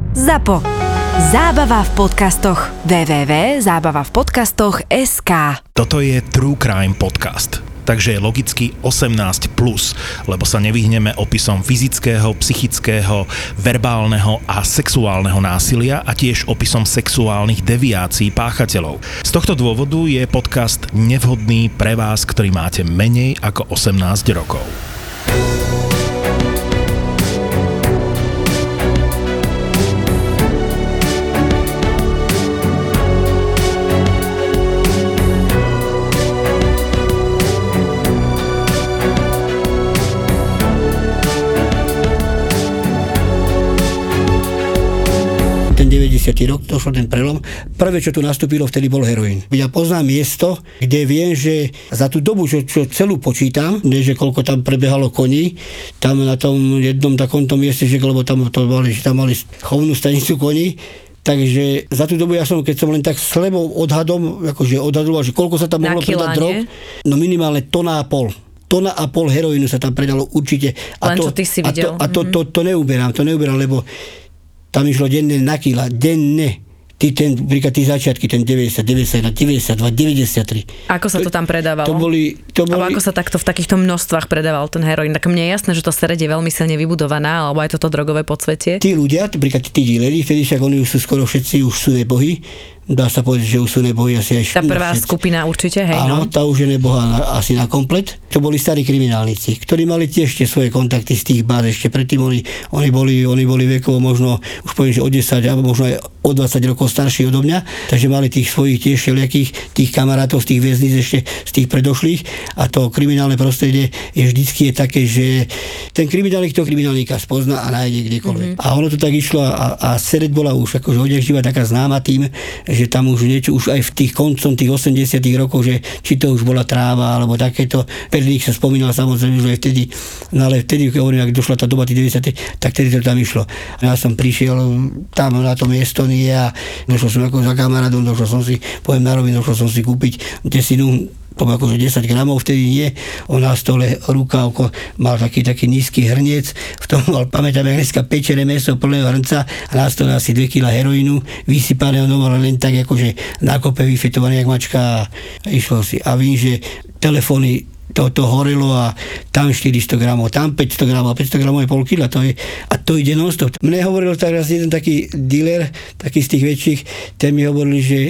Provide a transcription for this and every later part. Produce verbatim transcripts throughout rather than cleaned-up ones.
Zapo. Zábava v podcastoch. w w w bodka zábava v podcastoch bodka es ká. Toto je True Crime Podcast, takže je logicky osemnásť plus, lebo sa nevyhneme opisom fyzického, psychického, verbálneho a sexuálneho násilia a tiež opisom sexuálnych deviácií páchateľov. Z tohto dôvodu je podcast nevhodný pre vás, ktorí máte menej ako osemnásť rokov. deväťdesiaty rok, došlo ten prelom. Prvé, čo tu nastúpilo, vtedy bol heroín. Ja poznám miesto, kde viem, že za tú dobu, čo, čo celú počítam, ne, že koľko tam prebehalo koní, tam na tom jednom takomto mieste, že lebo tam to mali, že tam mali chovnú stanicu koní, takže za tú dobu ja som, keď som len tak slebou odhadom, akože odhadoval, že koľko sa tam mohlo predať drog, no minimálne tona a pol. Tona a pol heroínu sa tam predalo určite. A Len to, čo ty si a videl. to, a to, to, to, to neuberám, to neuberám, lebo tam išlo denne na kila, denne. Ty ten, príklad, tí začiatky, ten deväťdesiat, deväťdesiatjeden, deväťdesiatdva, deväťdesiattri. Ako sa to tam predávalo? To boli, to boli... Alebo ako sa takto v takýchto množstvách predával ten heroín? Tak mne je jasné, že to sred je veľmi silne vybudovaná, alebo aj toto drogové podsvetie. Tí ľudia, príklad tí díleri, vtedy však oni už sú skoro všetci, už sú nebohy. Dá sa povedať, že už sú nebohy asi aj... Tá prvá všetci. skupina určite, hej, Áno, no. tá už je neboha na, asi na komplet. To boli starí kriminálnici, ktorí mali tiež tie svoje kontakty z tých báz. Ešte predtým oni, oni, boli, oni boli vekovo možno, už poviem, že o desať, alebo možno aj o dvadsať rokov starší odo mňa. Takže mali tých svojich tiež všelijakých tých kamarátov z tých väzníc ešte z tých predošlých. A to kriminálne prostredie je vždycky je také, že ten kriminálnik toho kriminálnika spozná a nájde kdekoľvek. Mm-hmm. A ono to tak išlo a, a Sereď bola už akože odjak živa taká známa tým, že tam už niečo, už aj v tých koncom tých osemdesiatych rokov, že či to už bola tráva, alebo takéto. Perlík sa spomínal samozrejme, že aj vtedy, no ale vtedy, keď hovorím, ak došla tá doba tých deväťdesiatych, tak vtedy to tam išlo. Ja som prišiel tam na tom Estonie a došlo som ako za kamarádom, došlo som si, poviem na rovinu, došlo som si kúpiť desinu, to bolo akože desať gramov, vtedy nie. On na stole rukávko mal taký, taký nízky hrniec, v tom mal, pamätám, jak dneska pečené mäso plného hrnca a na stole asi dve kilá heroínu, vysypaného, no len tak akože na kope vyfetovaný jak mačka a išlo si. A vím, že telefóny to, to horelo a tam štyristo gramov, tam päťsto gramov, päťsto gramov je pol kila, to je, a to ide non-stop. Mne hovoril tak raz jeden taký dealer, taký z tých väčších, ten mi hovorili, že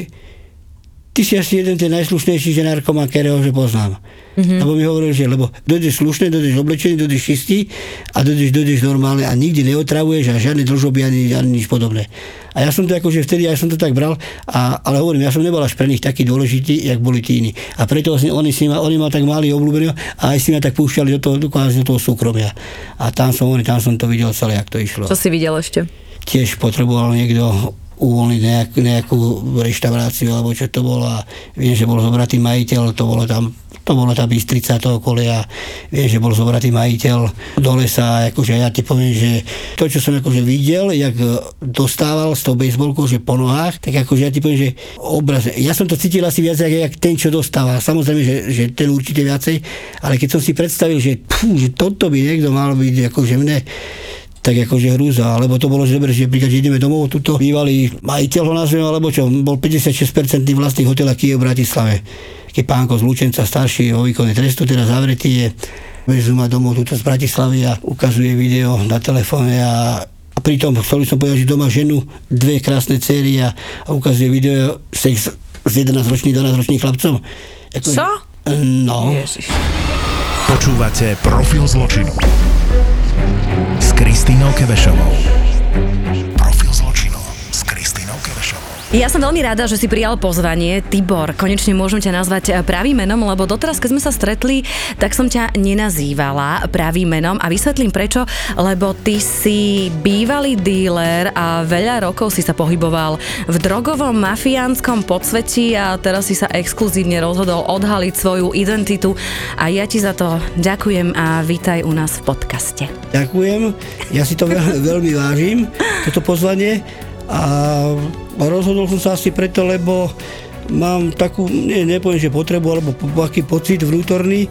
ty si asi jeden ten najslušnejší že narkoman, ktorého že poznám. Mm-hmm. Lebo mi hovoril, že lebo dojdeš slušne, dojdeš oblečený, dojdeš čistý a dojdeš, dojdeš normálne a nikdy neotravuješ a žiadne dlžoby ani, ani nič podobné. A ja som to akože vtedy, ja som to tak bral, a, ale hovorím, ja som nebol až pre nich taký dôležitý, jak boli tí iní. A preto vlastne oni, si ma, oni ma tak mali obľúbeného a aj si ma tak púšťali do toho, do toho súkromia. A tam som, tam som to videl celé, jak to išlo. Čo si videl ešte? Tiež potreboval niekto uvoľniť nejak, nejakú reštauráciu, alebo čo to bolo. A viem, že bol zobratý majiteľ, to bolo tam, to bolo tá Bystrica toho koleja. Viem, že bol zobratý majiteľ do lesa. Akože ja ti poviem, že to, čo som akože videl, jak dostával s tou bejsbolkou, že po nohách, tak akože ja ti poviem, že obraz. Ja som to cítil asi viac, jak, jak ten, čo dostával. Samozrejme, že, že ten určite viacej, ale keď som si predstavil, že, pú, že toto by niekto mal byť, akože mne, tak akože hrúza, alebo to bolo, že dobre, že príklad, že ideme domov, tuto bývalý majiteľ ho nazvem, alebo čo, bol päťdesiatšesť percent vlastných hotela Kyjev v Bratislave. Taký pánko z Lučenca, starší, vo výkone trestu, teda zavretý je, vezú ma domov tuto z Bratislavy a ukazuje video na telefóne a a pritom chcel som povedať, že doma ženu, dve krásne céry a, a ukazuje video sex s jedenásťročným, dvanásťročným chlapcom. Ako, Co? No. Ježiš. Počúvate Profil zločinu s Kristínou Kevešovou. Profil zločinu s Kristínou Kevešovou. Ja som veľmi rada, že si prijal pozvanie. Tibor, konečne môžem ťa nazvať pravým menom, lebo doteraz, keď sme sa stretli, tak som ťa nenazývala pravým menom a vysvetlím prečo, lebo ty si bývalý díler a veľa rokov si sa pohyboval v drogovom mafiánskom podsvetí a teraz si sa exkluzívne rozhodol odhaliť svoju identitu a ja ti za to ďakujem a vítaj u nás v podcaste. Ďakujem, ja si to veľ, veľmi vážim, toto pozvanie. A rozhodol som sa asi preto, lebo mám takú, ne, nepoviem, že potrebu, alebo aký pocit vnútorný,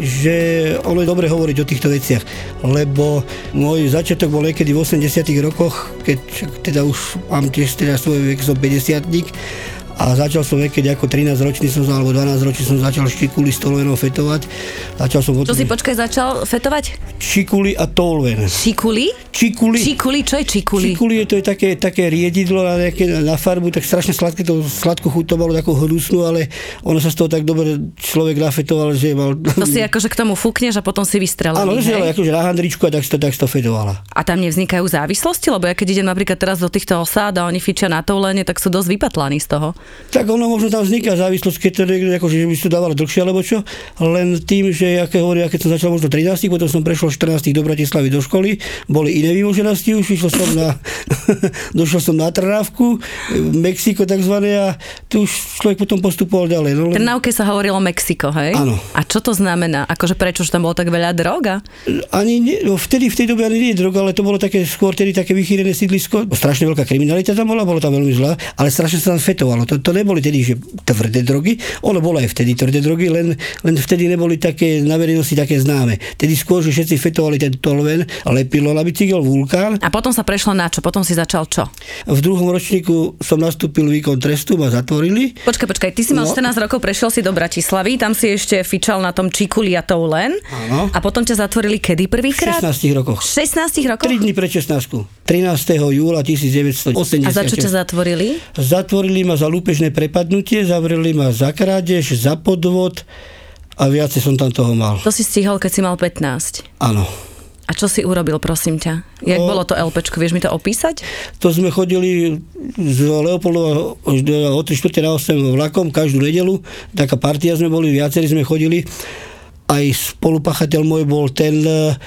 že ono je dobre hovoriť o týchto veciach, lebo môj začiatok bol niekedy v osemdesiatych rokoch, keď teda už mám tiež teda svoj vek, som päťdesiatnik, a začal som niekedy ako trinásťročný som, alebo dvanásťročný som začal šikuli s tolvenou fetovať. Začal som Čo si počkaj začal fetovať? Šikuli a tolven. Šikuli? Čikuli. Čikuli, čo je čikuli? Čikuli je to je také, také riedidlo na, nejaké, na farbu, tak strašne sladké, to sladkú chuť to malo takú hnusnú, ale ono sa z toho tak dobre človek nafetoval, že mal... To si akože k tomu fúkneš a potom si vystrelený, áno, hej? Áno, akože na handričku a tak si to, tak si to fetovala. A tam nevznikajú závislosti? Lebo ja keď idem napríklad teraz do týchto osád a oni fičia na toulene, tak sú dosť vypatlaní z toho. Tak ono možno tam vzniká závislosť, keď to niekto, akože, že by si to dávalo dlhšie, alebo čo, len tým, že, aké hovorí, keď som začal možno trinásť, potom som prešiel štrnásť do Bratislavy do školy, boli iné vymoženosti, už išiel som na, došiel som na Trnávku, Mexiko takzvané, a tu už človek potom postupoval ďalej. No, len... Trnávke sa hovorilo Mexiko, hej? Áno. A čo to znamená? Akože prečo tam bolo tak veľa droga? Ani nie, no vtedy, v tej dobe ani nie je droga, ale to bolo také skôr tedy také vychýrené sídlisko. Strašne veľká kriminalita tam bola, bolo tam veľmi zlá, ale strašne sa tam fetovalo. To, to neboli tedy, že tvrdé drogy, ono bolo aj vtedy tvrdé drogy, len, len vtedy neboli také na verejnosti také známe. Tedy skôr, že všetci fetovali ten tolven, lepilo na bicykel Vulkán. A potom sa prešlo na čo? Potom si začal čo? V druhom ročníku som nastúpil výkon trestu, ma zatvorili. Počkaj, počkaj, ty si mal no. štrnásť rokov, prešiel si do Bratislavy, tam si ešte fičal na tom čikuli a toulen. Áno. A potom ťa zatvorili kedy prvýkrát? V šestnástich rokoch. V šestnástich rokoch? tri dni pred šestnástku. trinásteho júla tisícdeväťstoosemdesiat. A za čo ťa zatvorili? Zatvorili ma za lúpežné prepadnutie, zavreli ma za krádež, za podvod a viacej som tam toho mal. To si stihol, keď si mal pätnásť? Áno. A čo si urobil, prosím ťa? Jak no, bolo to LPčko, vieš mi to opísať? To sme chodili z Leopoldova o tri štvrte na osem vlakom každú nedeľu, taká partia sme boli, viacerí sme chodili. Aj spolupachateľ môj bol ten,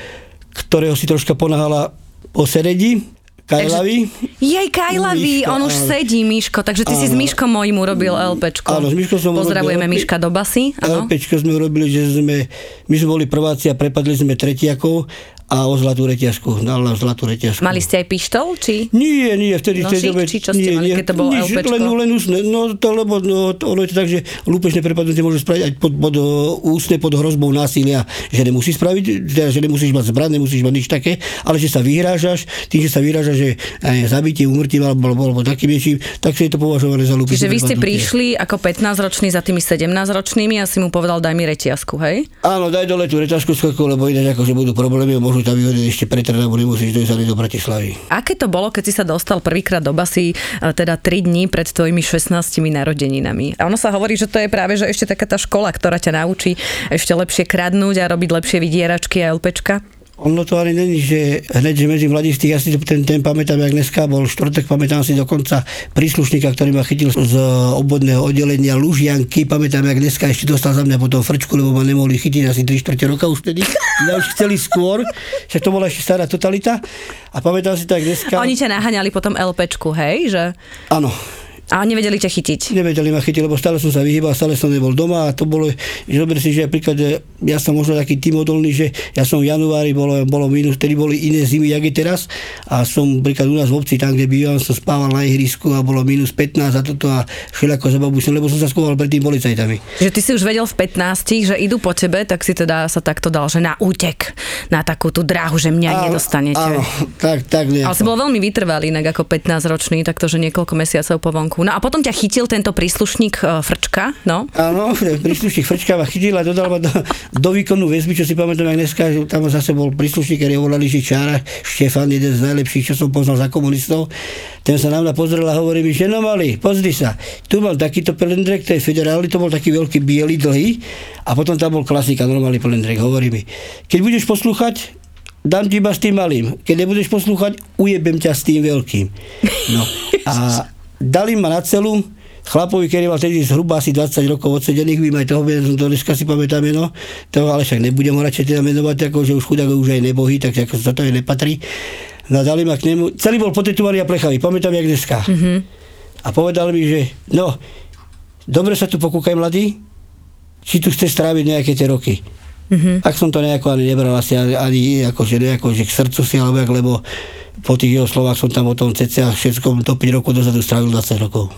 ktorého si troška ponáhala po Seredi, Kajlavý. Jej, Kajlavý, on už áno. sedí, Miško, takže ty áno. si s Miškom mojím urobil LPčko. Áno, s Miškom som Pozdravujeme urobil Miška do basy. LPčko sme urobili, že sme, my sme boli prváci a prepadli sme tretiakov a o zlatú reťazku, dal nám zlatú reťazku. Mali ste aj pištol, či? Nie, nie, vtedy v tej dobe... či čo ste nie, mali, keď to bolo nič, LPčko? Len, len ústne, no to, lebo no, to, ono je to tak, že lúpežné prepadnutie môže spraviť aj pod, pod, ústne pod hrozbou násilia, že nemusí spraviť, že nemusíš mať zbraň, nemusíš mať nič také, ale že sa vyhrážaš, tým, že sa vyhrážaš, že aj zabitím, umrtím alebo, alebo takým niečím, tak sa je to považované za lúpežné. Čiže vy ste prišli ako pätnásťroční za tými sedemnásťročnými a si mu povedal, daj mi reťazku, hej? Áno, daj dole tú reťazku skokov, lebo ináč akože budú problémy a môžu tam vyhodiť ešte pre Trnavu, nemusíš dojsť ani do Bratislavy. Aké to bolo, keď si sa dostal prvýkrát do basy, teda tri dní pred tvojimi šestnástimi narodeninami? A ono sa hovorí, že to je práve že ešte taká tá škola, ktorá ťa naučí ešte lepšie kradnúť a robiť lepšie vydieračky a LPčka? Ono to ani není, že hneď, že medzi mladistých, ja si ten, ten pamätám, jak dneska bol štvrtok, pamätám si dokonca príslušníka, ktorý ma chytil z obvodného oddelenia Lužianky, pamätám, jak dneska ešte dostal za mňa potom frčku, lebo ma nemohli chytiť asi tri štvrte roka už vtedy. Ja už chceli skôr, že to bola ešte stará totalita. A pamätám si tak dneska... Oni ťa naháňali potom LPčku, hej? Že... Áno. A nevedeli ťa chytiť? Nevedeli ma chytiť, lebo stále som sa vyhýbal, stále som nebol doma a to bolo, že zober si, že napríklad ja som možno taký tým odolný, že ja som v januári, bolo, bolo minus, tedy boli iné zimy, jak je teraz a som napríklad u nás v obci, tam kde bývam, som spával na ihrisku a bolo minus pätnásť a toto a všelijako za babušom, lebo som sa schoval pred tým policajtami. Že ty si už vedel v pätnástich, že idú po tebe, tak si teda sa takto dal, že na útek, na takú tú dráhu, že mňa áno, nedostanete. Áno, tak, tak. Ale si bol veľmi vytrvalý, inak ako pätnásťročný, takto, že niekoľko mesiacov po vonku. No a potom ťa chytil tento príslušník uh, Frčka, no? Áno, príslušník Frčka ma chytil a dodal ma do, do výkonu väzby, čo si pamätám aj dneska, že tam zase bol príslušník, ktorý volali Čára, Štefan, jeden z najlepších, čo som poznal za komunistov. Ten sa na mňa pozrel a hovorí mi, že no malý, pozri sa, tu mám takýto pelendrek, to je federálny, to bol taký veľký, biely, dlhý a potom tam bol klasika, normálny pelendrek, hovorí mi, keď budeš poslúchať, dám ti iba s tým malým, keď nebudeš poslúchať, ujebem ťa s tým veľkým. No a dali ma na celu, chlapovi, ktorý mal tedy zhruba asi dvadsať rokov odsedených, vím aj toho, to dneska si pamätám meno, to, ale však nebudem ho radšej teda menovať, ako, že už chudák už aj nebohý, tak ako za to aj nepatrí. No dali ma k nemu, celý bol potetovaný a plechavý, pamätám jak dneska. Mm-hmm. A povedal mi, že no, dobre sa tu pokúkaj mladý, či tu chceš stráviť nejaké tie roky. Mm-hmm. Tak som to nejako ani nebral asi ani, ani akože nejako, že k srdcu si, alebo jak, lebo po tých jeho slovách som tam o tom cca všetkom to päť rokov dozadu strávil dvadsať rokov.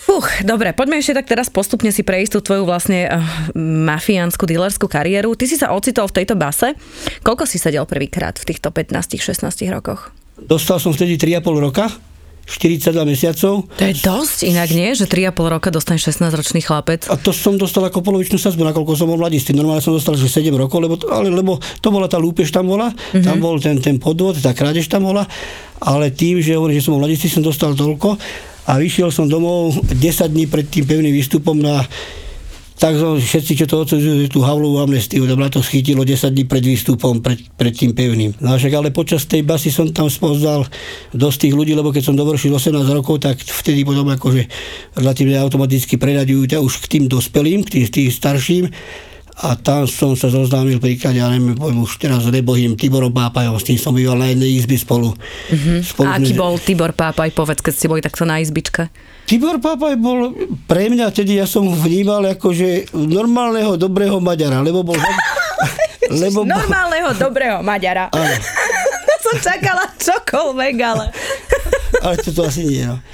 Fuch, dobre, poďme ešte tak teraz postupne si prejsť tú tvoju vlastne uh, mafiánsku, dealerskú kariéru. Ty si sa ocitol v tejto base. Koľko si sedel prvýkrát v týchto pätnásť šestnásť rokoch? Dostal som vtedy tri a pol roka, štyridsaťdva mesiacov. To je dosť, inak nie? Že tri a pol roka dostane šestnásťročný chlapec. A to som dostal ako polovičnú sadzbu, nakoľko som bol mladistý. Normálne som dostal, že sedem rokov, lebo, ale, lebo to bola tá lúpež tam bola, mm-hmm. tam bol ten, ten podvod, tá krádež tam bola, ale tým, že hovorím, že som bol mladistý, som dostal toľko. A vyšiel som domov desať dní pred tým pevným výstupom na takzvané všetci, čo to odsudzujú, tú Havlovú amnestiu, lebo to schytilo desať dní pred výstupom, pred, pred tým pevným. No však ale počas tej basy som tam spoznal dosť tých ľudí, lebo keď som dovršil osemnásť rokov, tak vtedy potom akože relatívne automaticky preraďujú ťa už k tým dospelým, k tým, tým starším. A tam som sa zoznámil príklad, ja neviem, poviem už teraz nebohým Tiborom Pápajom, s tým som býval na jednej izby spolu. Uh-huh. spolu a aký sme... bol Tibor Pápaj, povedz, keď ste boli takto na izbičke? Tibor Pápaj bol pre mňa, tedy ja som vnímal akože normálneho, dobrého Maďara, lebo bol... lebo bol... Normálneho, dobrého Maďara. Áno. som čakala čokoľvek, ale... ale to, to asi nie, no.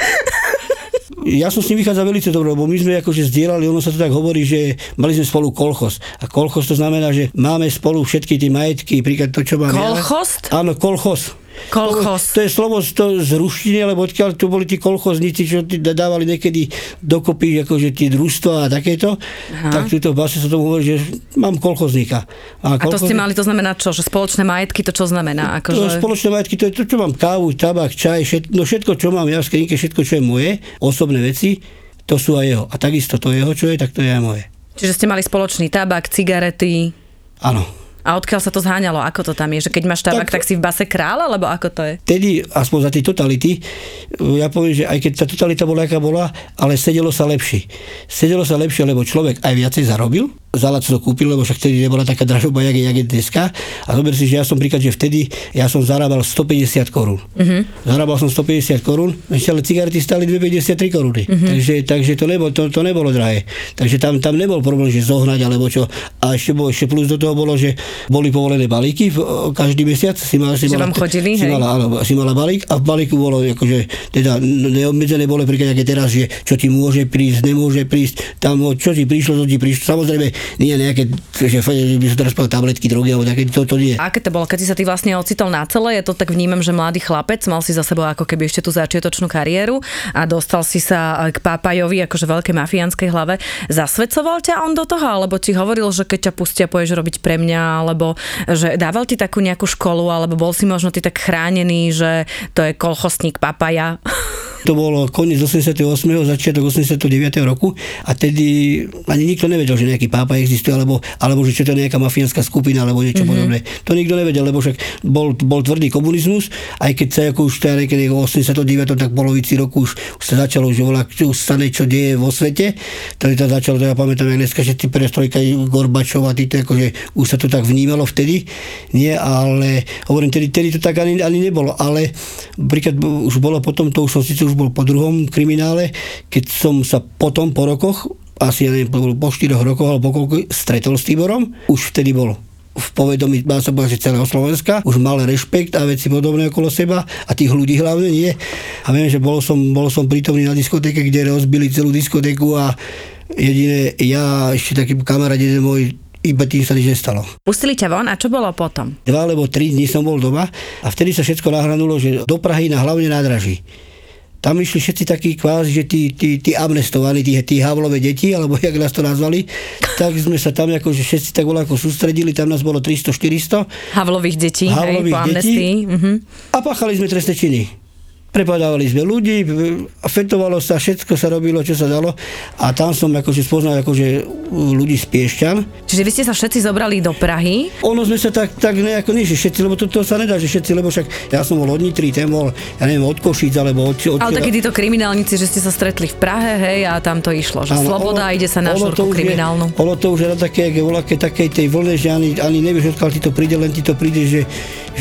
Ja som s ním vychádzal veľmi dobre, lebo my sme akože zdieľali, ono sa to tak hovorí, že mali sme spolu kolchos. A kolchos to znamená, že máme spolu všetky tie majetky, príklad to, čo máme. Kolchos? Ja. Áno, kolchos. Kolchos. To, to je slovo to z ruštiny, lebo odkiaľ to boli tí kolchozníci, čo dávali niekedy dokopy akože tie družstva a takéto. Aha. Tak túto v base sa tomu hovorí, že mám kolchozníka. A, a to ste mali, to znamená čo? Že spoločné majetky, to čo znamená? Ako to že... Spoločné majetky, to je to, čo mám kávu, tabak, čaj, všetko, no všetko, čo mám ja v skrinke, všetko, čo je moje, osobné veci, to sú aj jeho. A takisto to jeho, čo je, tak to je aj moje. Čiže ste mali spoločný tabak, cigarety? Áno. A odkiaľ sa to zháňalo? Ako to tam je? Že keď máš tabak, tak, tak si v base kráľ? Alebo ako to je? Tedy, aspoň za tie totality, ja poviem, že aj keď tá totalita bola, aká bola, ale sedelo sa lepšie. Sedelo sa lepšie, lebo človek aj viacej zarobil, za lacno kúpil, lebo však vtedy nebola taká dražoba, jak je, jak je dneska. A zober si, že ja som príklad, že vtedy ja som zarábal stopäťdesiat korún. Uh-huh. Zarábal som stopäťdesiat korún, ale cigarety stáli dvestopäťdesiattri koruny. Uh-huh. Takže, takže to, nebolo, to, to nebolo drahé. Takže tam, tam nebol problém, že zohnať, alebo čo. A ešte, bol, ešte plus do toho bolo, že boli povolené balíky v, každý mesiac. Si mala, si mala, chodili, si mala, áno, si mala balík a v balíku bolo, akože, teda neobmedzené bolo príklad, aké teraz, že čo ti môže prísť, nemôže prísť, tam, čo ti prišlo, to ti prišlo. Samozrejme, nie nejaké, že by som teraz povedal tabletky, drogy, alebo také, to, to nie. Aké to bolo, keď si sa ty vlastne ocitol na celé? Ja to tak vnímam, že mladý chlapec, mal si za sebou ako keby ešte tú začiatočnú kariéru a dostal si sa k Pápajovi, akože veľkej mafiánskej hlave. Zasvedcoval ťa on do toho, alebo ti hovoril, že keď ťa pustia, pôjdeš robiť pre mňa, alebo že dával ti takú nejakú školu, alebo bol si možno ty tak chránený, že to je kolchosník Pápaja? To bolo koniec osemdesiateho ôsmeho začiatok osemdesiateho deviateho roku a tedy ani nikto nevedel, že nejaký Pápa existuje, alebo, alebo že čo to je nejaká mafiánska skupina, alebo niečo mm-hmm. podobné. To nikto nevedel, lebo však bol, bol tvrdý komunizmus, aj keď sa ako už teda niekedy v osemdesiatom deviatom tak polovici roku už, už sa začalo, že volá, už sa niečo deje vo svete. To to začalo, to ja pamätám, jak dneska, že tí perestrojka Gorbačov a tí, akože už sa to tak vnímalo vtedy, nie, ale hovorím, tedy, tedy to tak ani, ani nebolo, ale príklad už bolo potom, to už som síce už bol po druhom kriminále, keď som sa potom po rokoch, asi ja neviem, po štyroch rokoch alebo po koľko stretol s Tiborom, už vtedy bol v povedomí, má sa povedať, že celého Slovenska, už mal rešpekt a veci podobné okolo seba a tých ľudí hlavne nie. A viem, že bol som, bol som prítomný na diskotéke, kde rozbili celú diskotéku a jediné, ja ešte taký kamarát jeden môj, iba tým sa nič nestalo. Pustili ťa von a čo bolo potom? Dva alebo tri dní som bol doma a vtedy sa všetko nahranulo, že do Prahy na hlavne nádraží. Tam išli všetci takí kvázi, že tí, tí, tí amnestovaní, tí, tí Havlové deti, alebo jak nás to nazvali, tak sme sa tam akože všetci tak bolo ako sústredili, tam nás bolo tristo štyristo. Havlových detí, Havlových hej, po amnestii. Uh-huh. A páchali sme trestné činy. Prepadávali sme ľudí, fetovalo sa, všetko sa robilo, čo sa dalo a tam som akože spoznal akože ľudí z Piešťan. Čiže vy ste sa všetci zobrali do Prahy? Ono sme sa tak, tak nejako, nie že všetci, lebo to, to sa nedá, že všetci, lebo však ja som bol od Nitry, ten bol, ja neviem, od Košíc, alebo od... od Ale takí títo kriminálnici, že ste sa stretli v Prahe, hej, a tam to išlo, že áno, sloboda, ono, ide sa na šurku kriminálnu. Ono to už je na také, voľaké takej tej vlne, že ani, ani nevieš, odkiaľ ti to príde, len ti to príde, že, že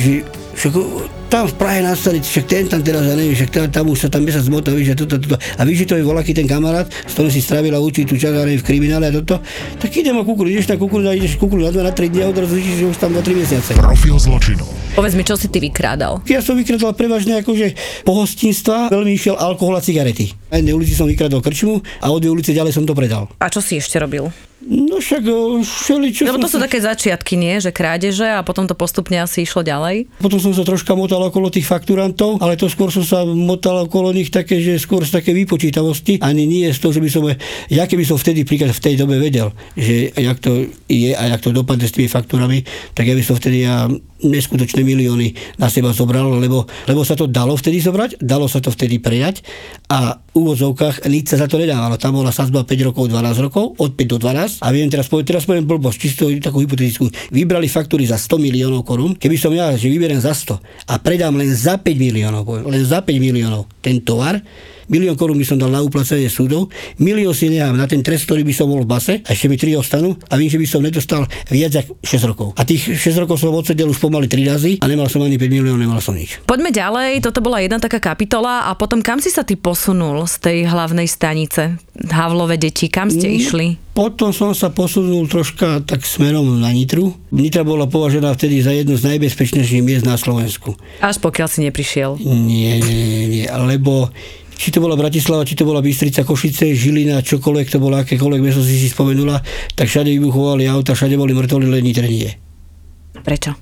Však tam v Prahe na stanici, však ten tam teraz, ja neviem, však tam, tam už sa tam sa zmotá, víš, a toto, toto. A víš, že to je voľaký ten kamarát, s ktorým si strávila určitú čas, ale v kriminále a toto. Tak idem a kukuru, ideš na kukuru, ideš kukuru na dva, na tri dní a odrazu vidíš, že už tam na tri mesiace. Profil zločinu. Povedz mi, čo si ty vykrádal? Ja som vykradal prevažne akože pohostinstva, veľmi išiel alkohol a cigarety. Na jednej ulici som vykradol krčmu a o dve ulice ďalej som to predal. A čo si ešte robil? No však všeličo. Lebo to sú sa... také začiatky, nie? Že krádeže a potom to postupne asi išlo ďalej. Potom som sa troška motal okolo tých fakturantov, ale to skôr som sa motal okolo nich také, že skôr z také výpočítavosti. Ani nie z toho, že by som, ja keby som vtedy príklad v tej dobe vedel, že jak to je a jak to dopadne s tými faktúrami, tak ja by som vtedy ja neskutočné milióny na seba zobral, lebo, lebo sa to dalo vtedy zobrať, dalo sa to vtedy predať a v úvodzovkách nič sa za to nedávalo. Tam bola sadzba päť rokov, dvanásť rokov, od päť do dvanásť a viem teraz povedať, teraz poviem blbosť, čisto takú hypotetickú. Vybrali faktúry za sto miliónov korún, keby som ja, že vyberiem za sto a predám len za päť miliónov, poviem, len za päť miliónov ten tovar, milión korún by som dal na uplacenie súdov, milión si nechám na ten trest, ktorý by som bol v base a ešte mi tri ostanú a viem, že by som nedostal viac ako šesť rokov. A tých šesť rokov som odsedel už pomaly tri razy a nemal som ani päť miliónov, nemal som nič. Poďme ďalej, toto bola jedna taká kapitola a potom kam si sa ty posunul z tej hlavnej stanice? Havlové deti, kam ste Mm. išli? Potom som sa posunul troška tak smerom na Nitru. Nitra bola považená vtedy za jednu z najbezpečnejších miest na Slovensku. Až pokiaľ si neprišiel. Nie, nie, nie, lebo či to bola Bratislava, či to bola Bystrica, Košice, Žilina, čokoľvek to bola, akékoľvek mesto si si spomenula, tak všade vybuchovali auta, všade boli mŕtvoli, len Nitre nie. Prečo?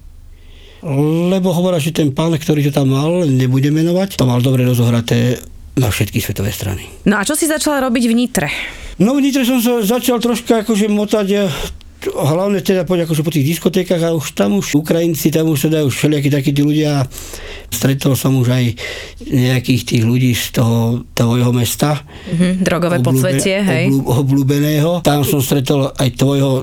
Lebo hovorá, že ten pán, ktorý to tam mal, nebude menovať, to mal dobre rozohraté na všetky svetové strany. No a čo si začala robiť v Nitre? No v Nitre som sa začal troška akože motať, hlavne teda poď akože po tých diskotékach a už tam už Ukrajinci, tam už sa dajú všelijakí takí tí ľudia. Stretol som už aj nejakých tých ľudí z toho, toho jeho mesta. Mhm, drogové podsvetie, hej. Obľú, obľúbeného. Tam som stretol aj tvojho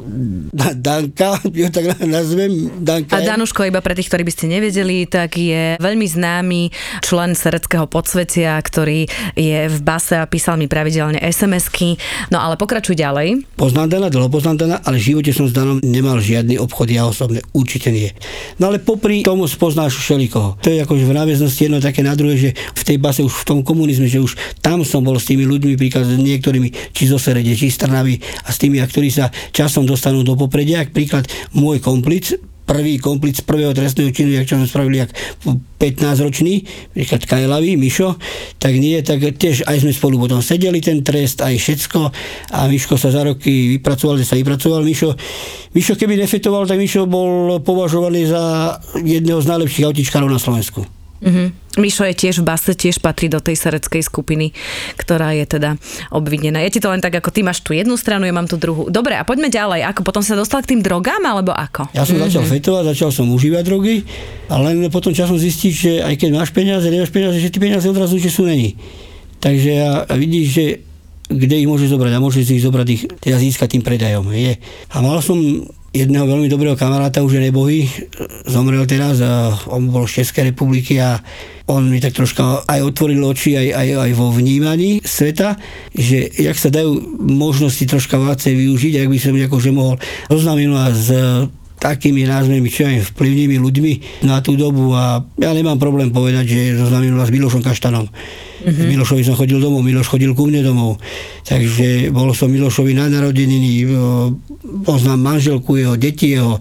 Danka, jo tak nazvem. Danka. A Danuško, iba pre tých, ktorí by ste nevedeli, tak je veľmi známy člen sereckého podsvetia, ktorý je v base a písal mi pravidelne es em esky. No ale pokračuj ďalej. Poznám Dana, dlho poznám Dana, ale v živote som s Danom nemal žiadny obchod, ja osobne určite nie. No ale popri tomu spoznáš všelikoho. To je akože v náväznosti jedno také na druhé, že v tej base už v tom komunizme, že už tam som bol s tými ľuďmi, príklad s niektorými, či zo Serede, či z Trnavy a s tými, ktorí sa časom dostanú do popredia, príklad môj komplic, prvý komplic prvého trestného činu, jak čo sme spravili, jak pätnásťročný, príklad Kajlavý, Mišo, tak nie, tak tiež aj sme spolu potom sedeli ten trest, aj všetko a Miško sa za roky vypracoval, že sa vypracoval. Mišo, Mišo keby nefetoval, tak Mišo bol považovaný za jedného z najlepších autičkárov na Slovensku. Mhm. Mišo je tiež v base, tiež patrí do tej sereckej skupiny, ktorá je teda obvinená. Je ti to len tak, ako ty máš tú jednu stranu, ja mám tú druhú. Dobre, a poďme ďalej. Ako potom sa dostal k tým drogám, alebo ako? Ja som mm-hmm. začal fetovať, začal som užívať drogy, ale len potom časom zistíš, že aj keď máš peniaze, nemáš peniaze, že tie peniaze odrazu že sú není. Takže ja vidíš, že kde ich môžeš zobrať a môžeš ich zobrať ich, teda získať tým predajom. Je. A mal som jedného veľmi dobrého kamaráta, už je nebohý, zomrel teraz a on bol z Českej republiky a on mi tak troška aj otvoril oči aj, aj, aj vo vnímaní sveta, že jak sa dajú možnosti troška viacej využiť, ak by som akože mohol oznámiť s takými názvami, čo aj vplyvnými ľuďmi na tú dobu a ja nemám problém povedať, že zoznámil s Milošom Kaštanom. Mm-hmm. Milošovi som chodil domov, Miloš chodil ku mne domov, takže bol som Milošovi na narodeniny, poznám manželku, jeho deti, jeho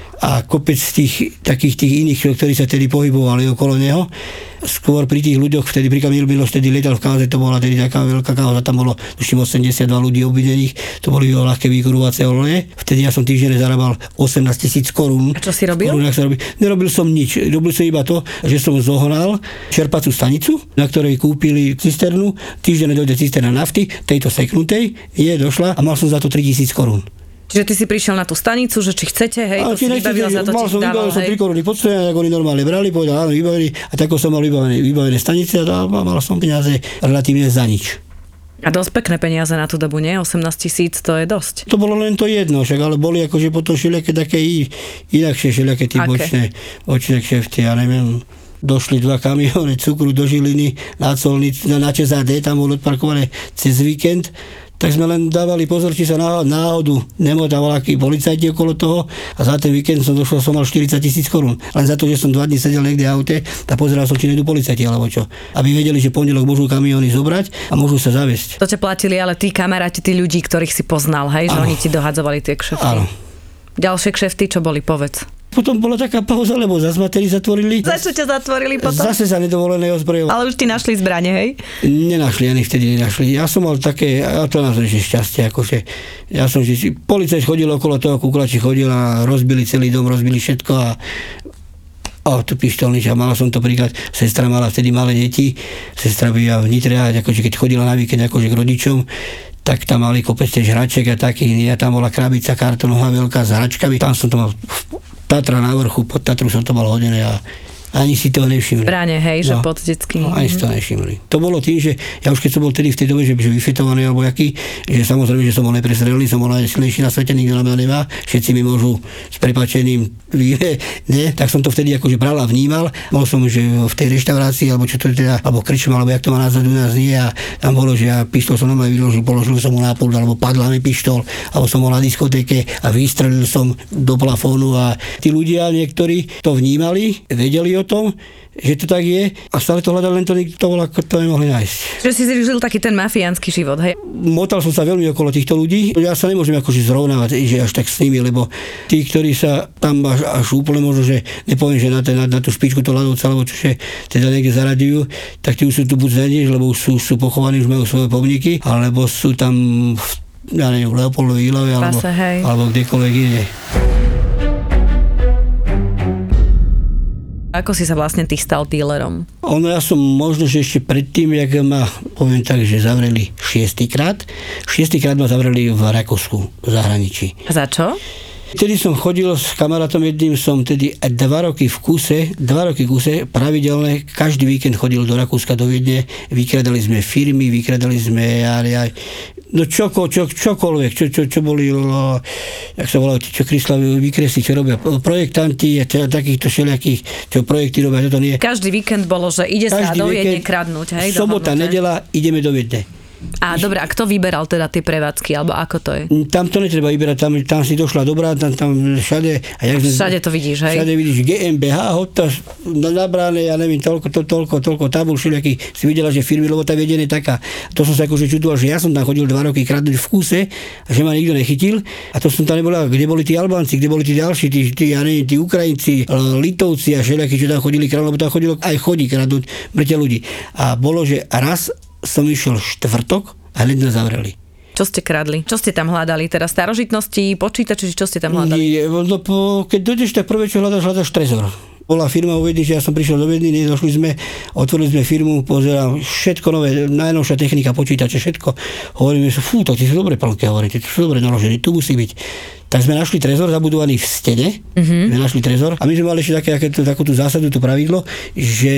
a kopec tých takých tých iných, ktorí sa tedy pohybovali okolo neho. Skôr pri tých ľuďoch, vtedy príklad Miloš vtedy lietal v kauze, to bola tedy taká veľká kauza, tam bolo tuším osemdesiatdva ľudí obvinených, to boli jeho ľahké vykurovacie oleje. Vtedy ja som týždenne zarábal osemnásť tisíc korún. A čo si robil? Korún, sa robí. Nerobil som nič, robil som iba to, že som zohnal čerpacú stanicu, na ktorej kúpili cisternu, týždenne dojde cisterna nafty, tejto seknutej, je došla a mal som za to tritisíc korún. Čiže ty si prišiel na tú stanicu, že či chcete, hej, a to si vybavil za to, mal či som, dával, vybavil som hej. tri koruny podstojenia, ako oni normálne brali, povedal, áno, vybavili, a tako som mal vybavené, vybavené stanice a mal som peniaze relatívne za nič. A dosť pekné peniaze na tú dobu, nie? osemnásť tisíc, to je dosť. To bolo len to jedno, však, ale boli akože potom všelijaké také inakšie, všelijaké tie bočné, bočné kšefty, ja neviem. Došli dva kamióny cukru do Žiliny na colnic, na ČSAD, tam bolo odparkované cez víkend. tak sme len dávali pozor, či sa náhodu nemotával aký policajti okolo toho a za ten víkend som došiel, som mal štyridsať tisíc korún. Len za to, že som dva dní sedel niekde v aute a pozeral som, či nejdu policajti alebo čo. Aby vedeli, že pondelok môžu kamióny zobrať a môžu sa zaviesť. To ťa platili ale tí kamaráti, tí ľudí, ktorých si poznal, hej, že Áno. oni ti dohadzovali tie kšefty. Áno. Ďalšie kšefty, čo boli, povedz. Potom bola taká pauza, lebo zase ma tedy zatvorili. Za čo ťa zatvorili potom? Zase za nedovolené ozbrojovanie. Ale už ti našli zbrane, hej? Nenašli, ani vtedy nenašli. Ja som mal také, a to nám že šťastie, akože ja som, že policajt chodil okolo toho, kuklači chodil a rozbili celý dom, rozbili všetko a a tu pištolnič a mala som to príklad, sestra mala vtedy malé deti, sestra býva v Nitre, akože keď chodila na víkend akože k rodičom, tak tam mali kopec tiež hraček a takých, ja tam bola krabica kartónová veľká s hračkami, tam som to mal Tatra na vrchu, pod Tatru som to mal hodené a ani si toho nevšimli. Bráne, hej, že No. pod detským. No, ani si to nevšimli. To bolo tým, že ja už keď som bol tedy v tej dobe, že, že vyfetovaný alebo jaký, že samozrejme, že som bol neprestrelný, som bol najsilnejší na svete, nikto na mňa nemá, všetci mi môžu s prepáčením výve, ne, tak som to vtedy akože bral a vnímal. Bol som, že v tej reštaurácii, alebo čo to je teda, alebo krčma, alebo jak to má názad u nás nie, a tam bolo, že ja pištol som normálne vyložil, položil som mu na pult, alebo padla mi pištol, alebo som bol na diskotéke a vystrelil som do plafónu a tí ľudia niektorí to vnímali, vedeli o tom, že to tak je a stále to hľadali, len to nikto to nemohli nájsť. Že si žil taký ten mafiánsky život, hej? Motal som sa veľmi okolo týchto ľudí. Ja sa nemôžem akože zrovnávať, že až tak s nimi, lebo tí, ktorí sa tam až, až úplne možno, že nepoviem, že na, ten, na, na tú špičku to ľadovca, alebo čo teda niekde zaradiujú, tak tí už sú tu buď znedieš, lebo už sú, sú pochovaní, už majú svoje pomníky, alebo sú tam v, ja neviem, v Leopoldovej Ilove, alebo, Pase, alebo kdekoľvek iné. Ako si sa vlastne ty stal dílerom? Ono, ja som možno, že ešte predtým, jak ma, poviem tak, že zavreli šiestýkrát. Šiestýkrát ma zavreli v Rakúsku, v zahraničí. A za čo? Vtedy som chodil s kamarátom jedným, som tedy dva roky v kuse, dva roky v kuse, pravidelne, každý víkend chodil do Rakúska, do Viedne, vykradali sme firmy, vykradali sme, ja, ja, no čoko, čo, čokoľvek, čo, čo, čo boli, no, jak sa volajú, čo kryslaví vykresy, čo robia projektanti, a takýchto všelijakých, čo projekty robia, toto nie. Každý víkend bolo, že ide sa Každý do Viedne víkend, kradnúť, hej? Sobota, dohodnuté. nedela, ideme do Viedne. A dobre, a kto vyberal teda tie prevádzky, alebo ako to je? Tam to netreba vyberať, tam, tam si došla dobrá, tam, tam všade. A jak Všade to vidíš, hej? Všade vidíš gé em bé há, hoď nabráne, ja neviem, toľko, to, toľko, toľko tabul, všelijakých, si videla, že firmy, lebo tá Viedeň je taká. To som sa akože čudoval, že ja som tam chodil dva roky kradnúť v kúse, a že ma nikto nechytil. A to som tam nebola, kde boli tí Albánci, kde boli tí ďalší, tí, tí, ja neviem, tí Ukrajinci, Litovci a všelijakí, čo tam chodili kradnúť, lebo tam chodilo aj chodí kradnúť mŕte ľudí. A bolo, že raz som išiel štvrtok, a hneď nás zavreli. Čo ste kradli? Čo ste tam hľadali? Teda starožitnosti, počítače, či čo ste tam hľadali? Nie, no, po, keď dojdeš, tak prvé, čo hľadaš, hľadaš trezor. Bola firma u Viedni, že ja som prišiel do Viedny, došli sme, otvorili sme firmu, pozerám, všetko nové, najnovšia technika, počítače, všetko. Hovoríme, fú, tak ty sú dobre plnké, hovoríte, ty sú dobre naložené, tu musí byť. Tak sme našli trezor zabudovaný v stene, mm-hmm. sme našli trezor a my sme mali ešte také, také, takú tú zásadu, tú pravidlo, že,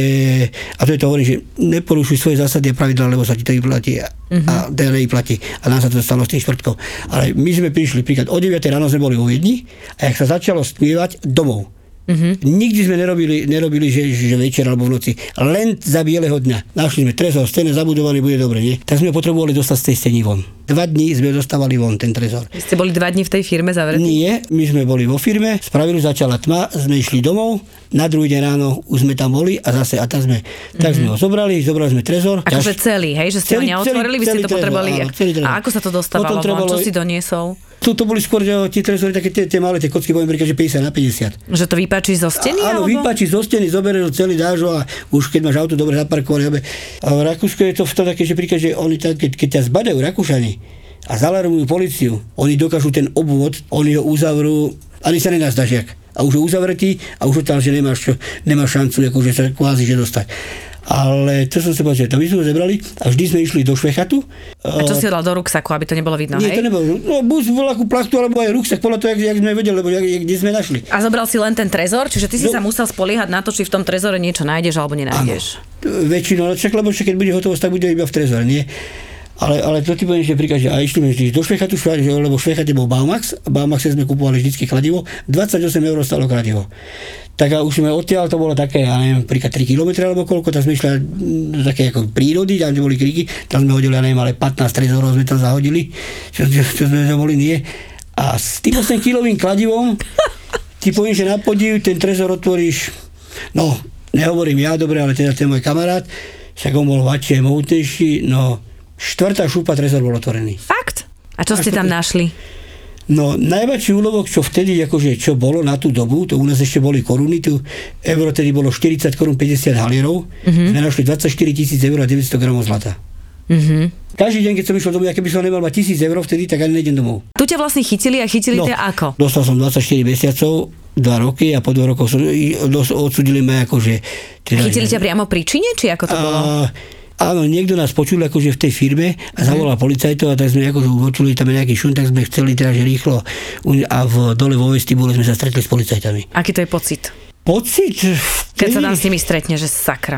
a to je to hovorím, že neporušuj svoje zásady a pravidla, lebo sa ti to vyplatí a, mm-hmm. a dé en í platí. A nám sa to stalo s tým štvrtkom. Ale my sme prišli, príklad, o deviatej ráno sme boli vo Viedni a jak sa začalo stmievať domov. Mm-hmm. Nikdy sme nerobili, nerobili že, že večer alebo v noci, len za bieleho dňa. Našli sme trezor, stene zabudovaný, bude dobre, nie? Tak sme potrebovali dostať z tej steny von. Dva dní sme dostávali von ten trezor. Vy ste boli dva dní v tej firme zavretí? Nie, my sme boli vo firme, spravili, začala tma, sme išli domov, na druhý deň ráno už sme tam boli a zase a tam sme, mm-hmm. tak sme ho zobrali, zobrali sme trezor. Akože celý, hej, že ste celý, ho neotvorili, vy ste to trezor, potrebovali. Áno, a ako sa to dostávalo von? Čo si doniesol? Tu to boli skôr, že tie trezory, také tie, tie malé, tie kocky, poviem príklad, že päťdesiat na päťdesiat. Že to vypáči zo steny? Áno, alebo? vypáči zo steny, zoberieš celý dážo a už keď máš auto dobre zaparkované. A v Rakúsku je to v tom také, že príklad, že oni tak, keď, keď ťa zbadajú Rakúšani a zalarmujú políciu, oni dokážu ten obvod, oni ho uzavrú, ani sa nenazdaš jak. A už ho uzavretí a už tam, že nemáš, čo, nemáš šancu akože sa kvázi že dostať. Ale to som sa povedal, to my sme ho zebrali a vždy sme išli do švechatu. A čo si dal do ruksaku, aby to nebolo vidno, Nie, hej? to nebolo. No, buď voľakú plachtu, alebo aj ruksak, podľa toho, jak, jak sme vedeli, lebo jak, jak, kde sme našli. A zobral si len ten trezor? Čiže ty si No. sa musel spoliehať na to, či v tom trezore niečo nájdeš alebo nenájdeš. Väčšinou, ale však, lebo však, keď bude hotovosť, tak bude iba v trezore, nie? Ale, ale to ti poviem, že príklad, že a išli sme vždy do Švechatu, lebo v Švechate bol Baumax, v Baumaxe sme kupovali vždycky kladivo, dvadsaťosem eur stalo kladivo. Tak a už sme odtiaľ, to bolo také, ja neviem, príklad tri kilometre alebo koľko, tak sme išli do také ako prírody, tam kde boli kríky, tam sme hodili, ja neviem, ale pätnásť trezorov sme tam zahodili, čo, čo, čo sme boli, nie. A s tým osem kilovým kladivom ti poviem, že na podiv ten trezor otvoríš, no, nehovorím ja, dobre, ale teda ten môj kamarát, však on bol vačší, mohutejší, no, štvrtá šupa trezor bol otvorený. Fakt? A čo ste tam našli? No, najväčší úlovok, čo vtedy, akože, čo bolo na tú dobu, to u nás ešte boli koruny, tu euro tedy bolo štyridsať korún päťdesiat halierov, mm-hmm. sme našli dvadsaťštyri tisíc eur a deväťsto gramov zlata. Mm-hmm. Každý deň, keď som išiel domov, ja keby som nemal mať tisíc eur vtedy, tak ani nejdem domov. Tu ťa vlastne chytili a chytili no, ťa ako? Dostal som dvadsaťštyri mesiacov, dva roky a po dvoch rokoch som, odsudili ma akože... Teda, chytili ťa priamo pri čine, či ako to bolo? A, áno, niekto nás počul akože v tej firme a zavolal mm. policajtov a tak sme akože počuli tam nejaký šum, tak sme chceli teda, že rýchlo a v dole vo vestibule sme sa stretli s policajtami. Aký to je pocit? Pocit? Keď sa tam s nimi stretne, že sakra.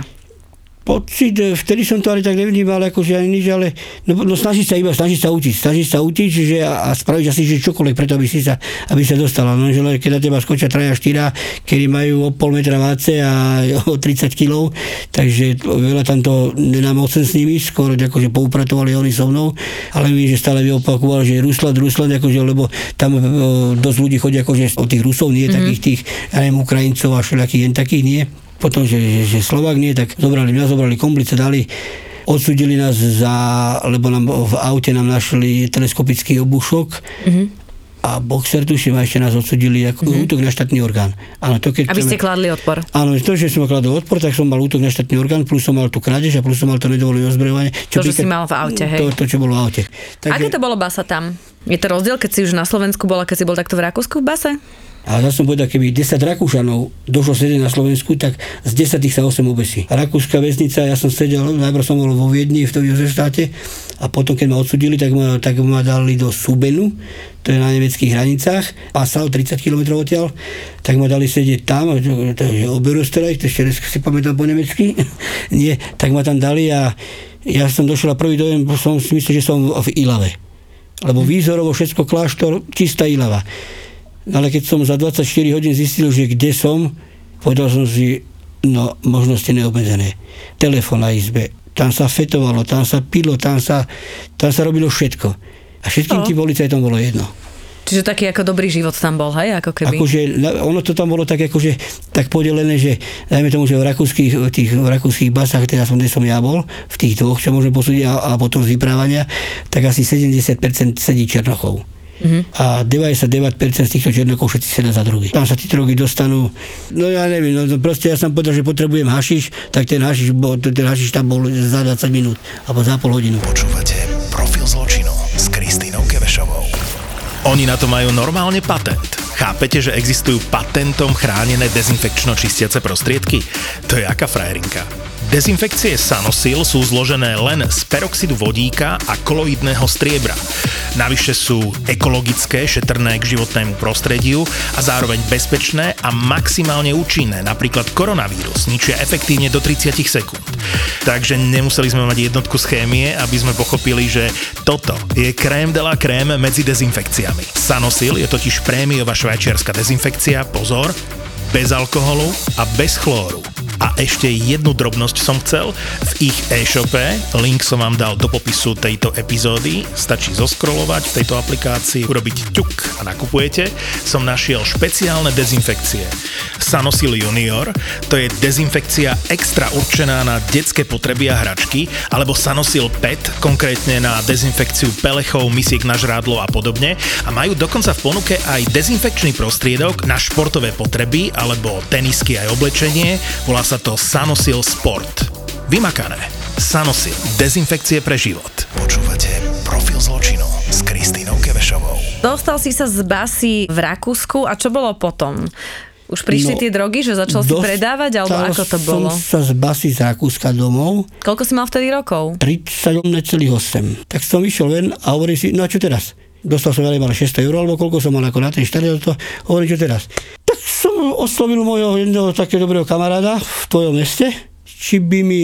Pocit, vtedy som to ale tak nevnímal, akože ani nič, ale no, no snažiť sa iba, snažiť sa učiť, snažiť sa učiť, že a, a spraviť asi, že čokoľvek preto, aby si sa, aby sa dostala. No, že keď na teba skočia traja, štyra, ktorí majú o pol metra váce a o tridsať kilov, takže veľa tam to nenamocen s nimi, skoro akože poupratovali oni so mnou, ale vím, že stále vyopakoval, že Rusland, Rusland, akože, lebo tam o, dosť ľudí chodí akože od tých Rusov, nie mm-hmm. takých tých, ja neviem, Ukrajincov a všelakých jen takých, nie. Potom, že, že, že Slovák nie, tak zobrali mňa, zobrali komplice, dali, odsúdili nás za, lebo nám v aute nám našli teleskopický obušok mm-hmm. a boxer, tuším, a ešte nás odsúdili ako mm-hmm. útok na štátny orgán. Áno, to, keď aby sme, ste kladli odpor. Áno, to, že som kladol odpor, tak som mal útok na štátny orgán, plus som mal tú krádež a plus som mal to nedovolené ozbrojovanie. To, že si mal v aute, hej? To, to čo bolo v aute. Takže, aké to bolo basa tam? Je to rozdiel, keď si už na Slovensku bola, keď si bol takto v Rakúsku v base? A ja som povedal, keby desať Rakúšanov došlo sedieť na Slovensku, tak z desať sa osem obesí. Rakúska väznica, ja som sedel, najprv som bol vo Viedni, v tom Jozefštáte, a potom, keď ma odsudili, tak ma, tak ma dali do Subenu, to je na nemeckých hranicách, a stalo tridsať kilometrov odtiaľ, tak ma dali sedieť tam, takže Oberösterreich, to ešte si pamätám po nemecky, nie, tak ma tam dali a ja som došiel a prvý dojem, som si myslel, že som v Ilave. Lebo výzorovo všetko kláštor, čistá Ilava. Ale keď som za dvadsaťštyri hodín zistil, že kde som, povedal som si, no, možnosti neobmedzené. Telefón na izbe, tam sa fetovalo, tam sa pilo, tam sa, tam sa robilo všetko. A všetkým no. tým policajtom bolo jedno. Čiže taký ako dobrý život tam bol, hej? Ako keby. Akože, ono to tam bolo tak akože, tak podelené, že dajme tomu, že v rakúskych, tých v rakúskych basách, teda som, kde som ja bol, v tých dvoch, čo môžem posúdiť, a, a potom z vyprávania, tak asi sedemdesiat percent sedí Černochov. Mm-hmm. A deväťdesiatdeväť percent z týchto Černokov všetci sedia za drogy. Tam sa tí drogy dostanú, no ja neviem, no proste ja som povedal, že potrebujem hašiš, tak ten hašiš, bol, ten hašiš tam bol za dvadsať minút, alebo za pol hodinu. Počúvate Profil zločinu s Kristínou Kevešovou. Oni na to majú normálne patent. Chápete, že existujú patentom chránené dezinfekčno-čistiace prostriedky? To je aká frajerinka. Dezinfekcie Sanosil sú zložené len z peroxidu vodíka a koloidného striebra. Navyše sú ekologické, šetrné k životnému prostrediu a zároveň bezpečné a maximálne účinné. Napríklad koronavírus ničia efektívne do tridsať sekúnd. Takže nemuseli sme mať jednotku z chémie, aby sme pochopili, že toto je crème de la crème medzi dezinfekciami. Sanosil je totiž prémiová švajčiarska dezinfekcia, pozor, bez alkoholu a bez chlóru. A ešte jednu drobnosť som chcel, v ich e-shope, link som vám dal do popisu tejto epizódy, stačí zoskrolovať v tejto aplikácii, urobiť ťuk a nakupujete, som našiel špeciálne dezinfekcie. Sanosil Junior, to je dezinfekcia extra určená na detské potreby a hračky, alebo Sanosil Pet, konkrétne na dezinfekciu pelechov, misiek na žrádlo a podobne, a majú dokonca v ponuke aj dezinfekčný prostriedok na športové potreby, alebo tenisky aj oblečenie, volá sa to Sanosil Sport. Vymakané. Sanosil. Dezinfekcie pre život. Počúvate Profil zločinu s Kristínou Kevešovou. Dostal si sa z basy v Rakúsku a čo bolo potom? Už prišli no, tie drogy, že začal si predávať, alebo ako to bolo? Som sa z basy z Rakúska domov. Koľko si mal vtedy rokov? tridsaťosem celá osem. Tak som išiel ven a hovorím si, no a čo teraz? Dostal som, ja mal šesťsto eur, alebo koľko som mal ako na ten štát, to hovorím, čo teraz? Tak som oslovil môjho jedného takého dobrého kamaráda v tvojom meste, či by mi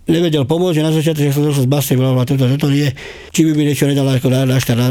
nevedel pomôcť, že na začiatku, že som došol z basy, blablabla, toto, toto nie, či by mi niečo nedala ako na, na, na,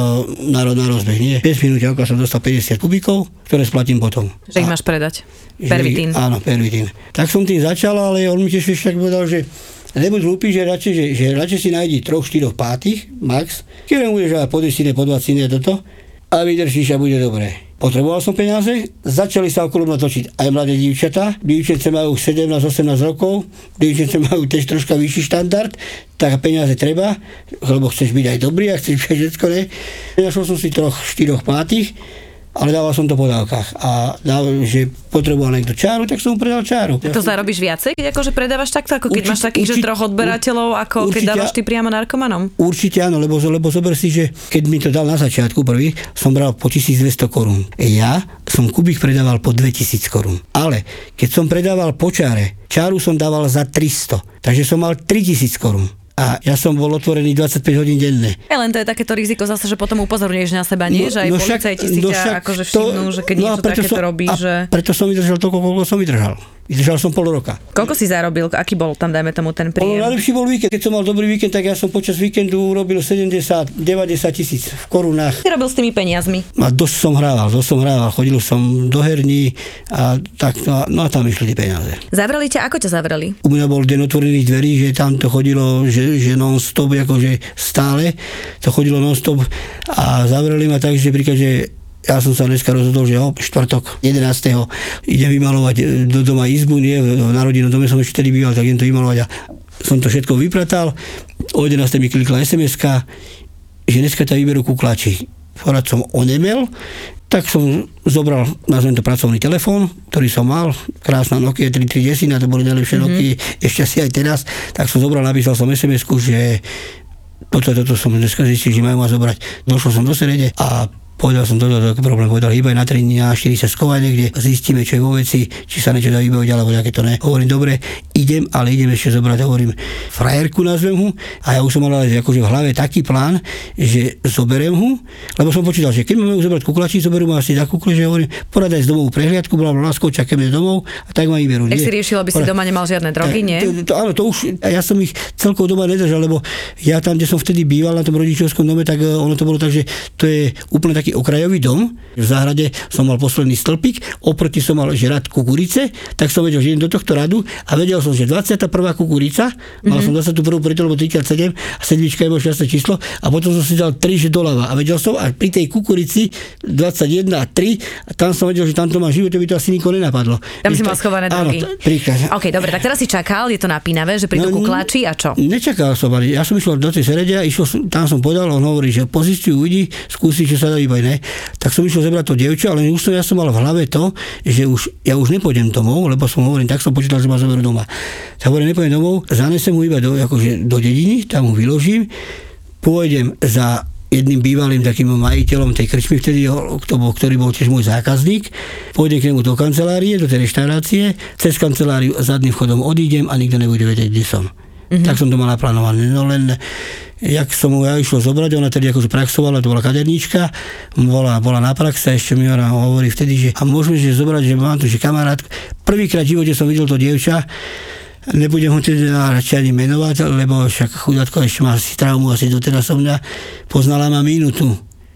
na, na rozbeh, nie. päť minút ako som dostal päťdesiat kubíkov, ktoré splatím potom. Že ich máš predať. Pervitín. Áno, pervitín. Tak som tým začal, ale on mi tiež však povedal, že nebuď hlúpy, že radšej, že, že radšej si nájdi troch, štyroch, pátych, max, keď budeš po desine, po dvacine toto a vydržíš a bude dobré. Potreboval som peniaze, začali sa okolo mňa točiť aj mladé dievčatá, dievčence majú sedemnásť osemnásť rokov, dievčence majú tiež troška vyšší štandard, tak peniaze treba, lebo chceš byť aj dobrý a chceš byť všetko, ne. Našol som si troch, štyroch, pátych, ale dával som to po dávkach a dal, že potreboval niekto čáru, tak som mu predal čáru. To zarobíš viacej, keď akože predávaš takto, ako keď určite, máš takých, určite, že troch odberateľov, ako určite, keď dávaš ty priamo narkomanom? Určite áno, lebo, lebo zober si, že keď mi to dal na začiatku prvý, som bral po tisícdvesto korún. Ja som kubík predával po dvetisíc korún. Ale keď som predával po čáre, čáru som dával za tristo, takže som mal tritisíc korún. A ja som bol otvorený dvadsaťpäť hodín denne. Ja len to je takéto riziko zase, že potom upozorňuješ na seba, nie? No, že aj no policajti si no ťa akože všimnú, že keď no niečo takéto som, robíš, že... preto som vydržal toľko, koľko som vydržal. Vydržal som pol roka. Koľko si zarobil? Aký bol tam, dajme tomu, ten príjem? No, najlepší bol víkend. Keď som mal dobrý víkend, tak ja som počas víkendu urobil sedemdesiat deväťdesiat tisíc v korunách. Ty robil s tými peniazmi? A dosť som hrával, dosť som hrával. Chodil som do herní a tak, no, no a tam išli tie peniaze. Zavreli ťa? Ako ťa zavreli? U mňa bol deň otvorených dverí, že tam to chodilo, že, že non-stop, akože stále. To chodilo non-stop a zavreli ma tak, že príklad, že ja som sa dneska rozhodol, že o štvrtok jedenásteho idem vymalovať do doma izbu, nie, v narodinnom dome som ešte tedy býval, tak idem to vymalovať a som to všetko vypratal. O jedenástej mi klikla es em eska, že dneska ťa vyberú kuklači. Porad som onemel, tak som zobral, nazvem to, pracovný telefón, ktorý som mal, krásna Nokia tri tri desať, to boli najlepšie mm-hmm. Nokia, ešte asi aj teraz, tak som zobral, napísal som es em esku, že toto, toto som dneska zistil, že majú ma zobrať. Došol som do Serede a povedal som, toto je problém, povedal, hýbaj na tri dní, na štyri sa skovaj niekde, zistíme, čo je vo veci, či sa niečo dá vybaviť, alebo nejaké to ne. Hovorím, dobre, idem, ale idem ešte zobrať, hovorím, frajerku nazvem ho a ja už som mal ale akože v hlave taký plán, že zoberiem ho, lebo som počítal, že keď máme zobrať kuklačí, zoberú ma asi za kukle, že hovorím, poradaj z domov prehliadku, bola láskou, čakáme domov a tak ma vyberú. Tak si riešil, aby si doma nemal žiadne drogy, nie? To, to, áno, to už, ja som ich celkovo doma nedržal, lebo ja tam, kde som vtedy býval na tom rodičovskom dome, tak ono to bolo tak, že to je úplne taký okrajový dom. V záhrade som mal posledný stĺpik, oproti som mal že rad kukurice, tak som vedel, že idem do tohto radu a vedel som, že dvadsiata prvá kukurica, mm-hmm. mal som dvadsiatu prvú preto, lebo tri krát sedem a sedmička je moje šťastné číslo a potom som si dal tri, že doľava a vedel som a pri tej kukurici dvadsaťjeden a tri a tam som vedel, že tamto má život, to by to asi nikoho nenapadlo. Tam si mal schované drogy. Áno, príklad. OK, dobre, tak teraz si čakal, je to napínavé, že prídu no, kukláči a čo? Nečakal som, ale ja som išiel do tej Serede a išiel som, tam som podal, on hovorí, že pozíciu uvidí, skúsi, čo sa dá iba ne. Tak som išiel zebrať to dievča, ale už som, ja som mal v hlave to, že už, ja už nepôjdem domov, lebo som hovorím, tak som počítal, že ma zoberú doma. Tak hovorím, nepôjdem domov, zanesem mu iba do, akože do dediny, tam mu vyložím, pôjdem za jedným bývalým takým majiteľom tej krčmy vtedy, ktorý bol tiež môj zákazník, pôjdem k nemu do kancelárie, do tej reštaurácie, cez kanceláriu zadným vchodom odídem a nikto nebude vedieť, kde som. Mm-hmm. Tak som to mal naplánované. No len, jak som mu ja išlo zobrať, ona tedy akože praxovala, to bola kaderníčka, bola, bola na praxe, ešte mi ona hovorí vtedy, že a môžeme že zobrať, že mám tu že kamarátku. Prvýkrát v živote som videl to dievča, nebudem ho teda radšej ani menovať, lebo však chudátko ešte má asi traumu, asi doteraz som mňa poznala ma minútu.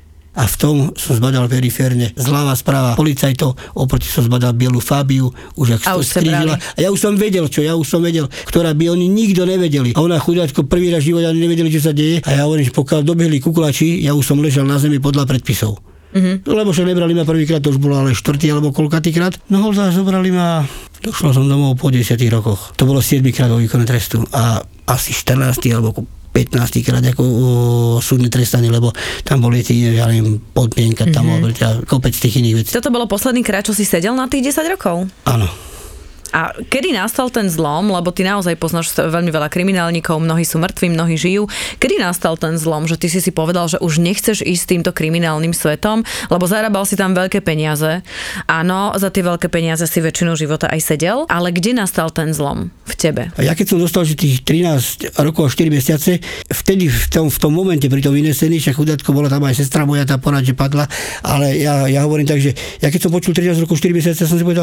A v tom som zbadal periférne zľava správa policajtov, oproti som zbadal bielu Fabiu, už ak to skrížila. A ja už som vedel, čo, ja už som vedel, ktorá by oni nikto nevedeli. A ona chudátko prvý raz v živote ani nevedeli, čo sa deje. A ja hovorím, že pokiaľ dobehli kukulači, ja už som ležal na zemi podľa predpisov. Mm-hmm. Lebo však nebrali ma prvýkrát, to už bolo ale štvrtý alebo koľkatýkrát. No holda, zobrali ma, došlo som domov po desiatich rokoch. To bolo siedmikrát o výkone trestu a asi štrnásty alebo pätnásty krát ako o, súdne trestanie, lebo tam boli tie, ja neviem, podmienka, tam mm-hmm. boli teda kopec tých iných vecí. Toto bolo posledný krát, čo si sedel na tých desať rokov? Áno. A kedy nastal ten zlom, lebo ty naozaj poznáš veľmi veľa kriminálnikov, mnohí sú mŕtvi, mnohí žijú. Kedy nastal ten zlom, že ty si si povedal, že už nechceš ísť týmto kriminálnym svetom, lebo zarábal si tam veľké peniaze. Áno, za tie veľké peniaze si väčšinu života aj sedel, ale kde nastal ten zlom v tebe? A ja keď som dostal že tých trinásť rokov a štyri mesiace, vtedy v tom, v tom momente pri tom vynesení, však chudátko bola tam aj sestra moja, tá porad, že padla, ale ja, ja hovorím tak, že ja keď som počul trinásť rokov štyri mesiace, som si povedal,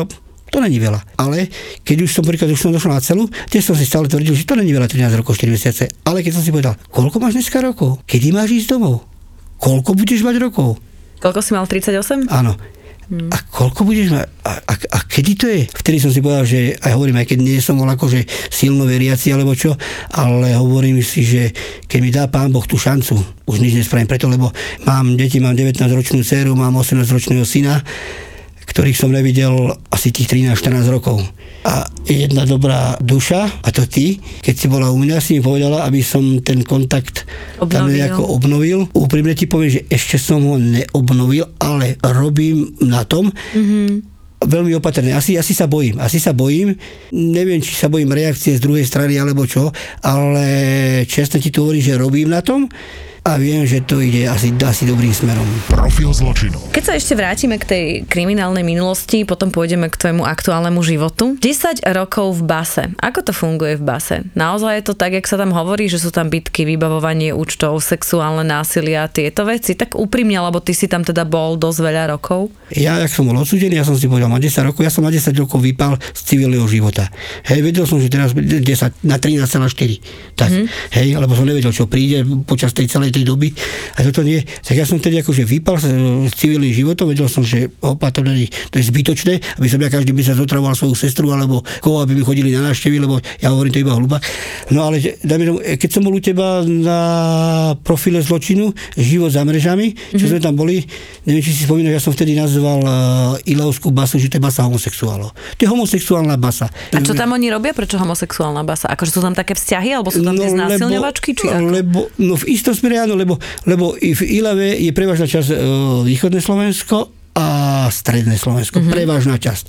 To není veľa. Ale keď už som príklad, už som došol na celu, tiež som si stále tvrdil, že to není veľa, trinásť rokov, štyri mesiace. Ale keď som si povedal, koľko máš dneska rokov? Kedy máš ísť domov? Koľko budeš mať rokov? Koľko si mal, tridsaťosem? Áno. Hmm. A koľko budeš mať? A, a, a kedy to je? Vtedy som si povedal, že aj hovorím, aj keď nie som bol akože silno veriaci alebo čo, ale hovorím si, že keď mi dá Pán Boh tú šancu, už nič nespravím preto, lebo mám deti, mám devätnásťročnú dceru, mám osemnásťročného syna, ktorých som nevidel asi tých trinásť štrnásť rokov. A jedna dobrá duša, a to ty, keď si bola u mňa, si mi povedala, aby som ten kontakt obnovil. Tam nejako obnovil. Úprimne ti poviem, že ešte som ho neobnovil, ale robím na tom. Mm-hmm. Veľmi opatrne. Asi, asi sa bojím. Asi sa bojím. Neviem, či sa bojím reakcie z druhej strany, alebo čo, ale čestne ti to hovorím, že robím na tom. A viem, že to ide asi, asi dobrým smerom. Profil zločinu. Keď sa ešte vrátime k tej kriminálnej minulosti, potom pôjdeme k tvojmu aktuálnemu životu. desať rokov v base. Ako to funguje v base? Naozaj je to tak, jak sa tam hovorí, že sú tam bitky, vybavovanie účtov, sexuálne násilia, tieto veci? Tak úprimne, lebo ty si tam teda bol dosť veľa rokov. Ja, jak som bol odsúdený, ja som si povedal, mám desať rokov, ja som na desať rokov vypal z civilného života. Hej, vedel som, že teraz desať na trinásť celá štyri. Tak, mm. hej, lebo som nevedel, čo príde počas tej celej tej doby. A toto nie. Tak ja som tedy akože vypal s civilným životom, vedel som, že opa, to, nie, to je zbytočné, aby som ja každý by sa zotravoval svoju sestru alebo koho, aby mi chodili na návštevy, lebo ja hovorím to iba hluba. No ale dajme tomu, keď som bol u teba na profile zločinu Život za mrežami, čo mm-hmm. sme tam boli, neviem, či si spomínaš, ja som vtedy nazval uh, Ilavskú basu, že to je basa homosexuálov. To je homosexuálna basa. A čo tam oni robia? Prečo homosexuálna basa? Akože sú tam také vzťahy, alebo sú tam no, tie znásilňovačky? Či ako? Lebo, no v istom smere áno, lebo, lebo i v Ilave je prevažná časť uh, východné Slovensko a stredné Slovensko. Mm-hmm. Prevažná časť.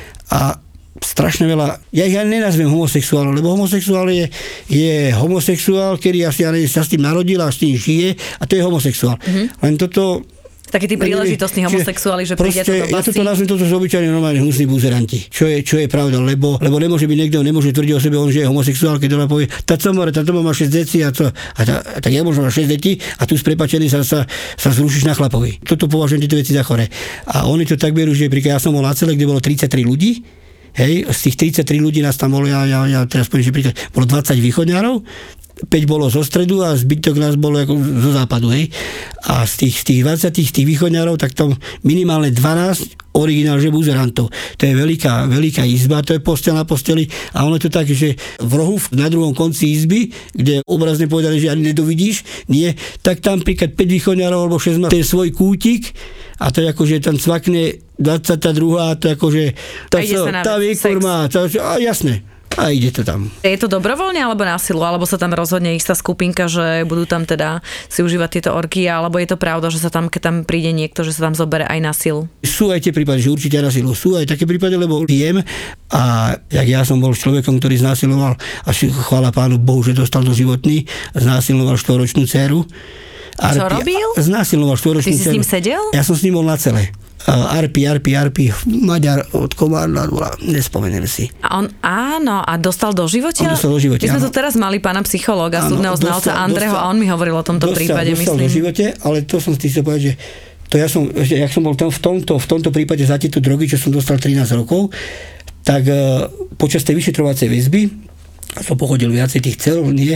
A strašne veľa, ja ich ani nenazviem homosexuálov, lebo homosexuál je, je homosexuál, ktorý asi ja neviem, sa s tým narodil a s tým žije a to je homosexuál. Mm-hmm. Len toto takí tí príležitostní homosexuáli, že príde toto ja toto nazvem, toto sú obyčajne normálne hnusní buzeranti. Čo je, čo je pravda, lebo, lebo nemôže byť niekto, nemôže tvrdiť o sebe, on, že je homosexuál, keď ona povie, tá co more, tá to má šesť detí a to, a tá, tak ja môžem mať šesť detí a tu s prepačený sa, sa, sa zrušíš na chlapovi. Toto považujem tieto veci za chore. A oni to tak berú, že príklad, ja som bol na cele, kde bolo tridsaťtri ľudí. Hej, z tých tridsaťtri ľudí nás tam bolo, ja, ja, ja teraz poviem, že príklad, bolo dvadsať východňárov, päť bolo zo stredu a zbytok nás bolo ako zo západu, hej. A z tých, z tých dvadsať tých východňárov, tak tam minimálne dvanásť originál, že buzerantov. To je veľká, veľká izba, to je posteľ na posteli a ono je to tak, že v rohu na druhom konci izby, kde obrazne povedali, že ani nedovidíš, nie, tak tam príklad päť východňárov alebo šesť má ten svoj kútik a to je akože tam cvakne dvadsaťdva, to je akože tá, tá výkor má, tá, a jasné. A ide to tam. Je to dobrovoľne alebo na silu? Alebo sa tam rozhodne istá skupinka, že budú tam teda si užívať tieto orgie? Alebo je to pravda, že sa tam, keď tam príde niekto, že sa tam zobere aj na silu? Sú aj tie prípady, že určite na silu. Sú aj také prípady, lebo viem. A jak ja som bol človekom, ktorý znásiloval, až chvála Pánu Bohu, že dostal do životný, znásiloval štvoročnú dceru. Čo robil? Znásiloval štvoročnú dceru. Ty si s ním sedel? Ja som s ním bol na cele. Arpi, Arpi, Arpi, Maďar od Komárna, nespomeniem si. A on, áno, a dostal do života? On dostal do života, My sme áno. tu teraz mali pána psychológa, súdneho znalca Andreho dostal, a on mi hovoril o tomto dostal, prípade, dostal myslím. Dostal do živote, ale to som si chcel povedať, že to ja som, že jak som bol tam v tomto, v tomto prípade za tieto drogy, čo som dostal trinásť rokov, tak uh, počas tej vyšetrovacej väzby som pochodil viacej tých cel, nie,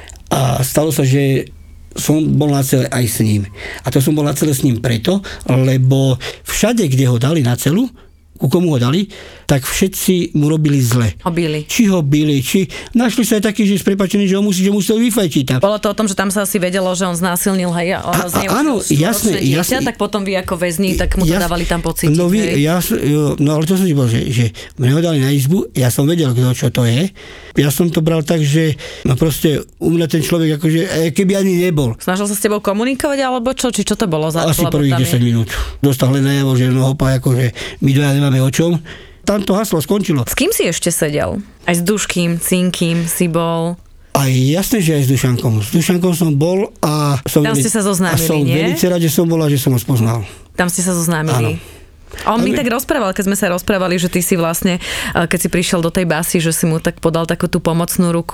a stalo sa, že som bol na cele aj s ním. A to som bol na cele s ním preto, lebo všade, kde ho dali na celu, ku komu ho dali, tak všetci mu robili zle. Ho bili. Či ho bili, či našli sa aj takí, že sprepačení, že ho musí, že musel vyfajčiť tam. Bolo to o tom, že tam sa asi vedelo, že on znásilnil, hej, a ono z neho áno, jasné, jasné. Tak potom vy ako väzni, tak mu to jas, dávali tam pocítiť. No, vy, ja, no ale to som si povedal, že, že mne ho dali na izbu, ja som vedel, kto, čo to je. Ja som to bral tak, že no proste u mňa ten človek akože, keby ani nebol. Snažil sa s tebou komunikovať, alebo čo? Či čo to bolo za asi prvých desať minút. Dostal len najavo, že no hopa, akože my dvaja nemáme o čom. Tam to haslo skončilo. S kým si ešte sedel? Aj s Duškým, Cinkým si bol? Aj jasné, že aj s Dušankom. S Dušankom som bol a som, tam ste sa zoznámili, a som nie? veľmi rád, že som bol a že som ho spoznal. Tam ste sa zoznámili. Áno. A on mi tak rozprával, keď sme sa rozprávali, že ty si vlastne, keď si prišiel do tej basy, že si mu tak podal takú tú pomocnú ruku.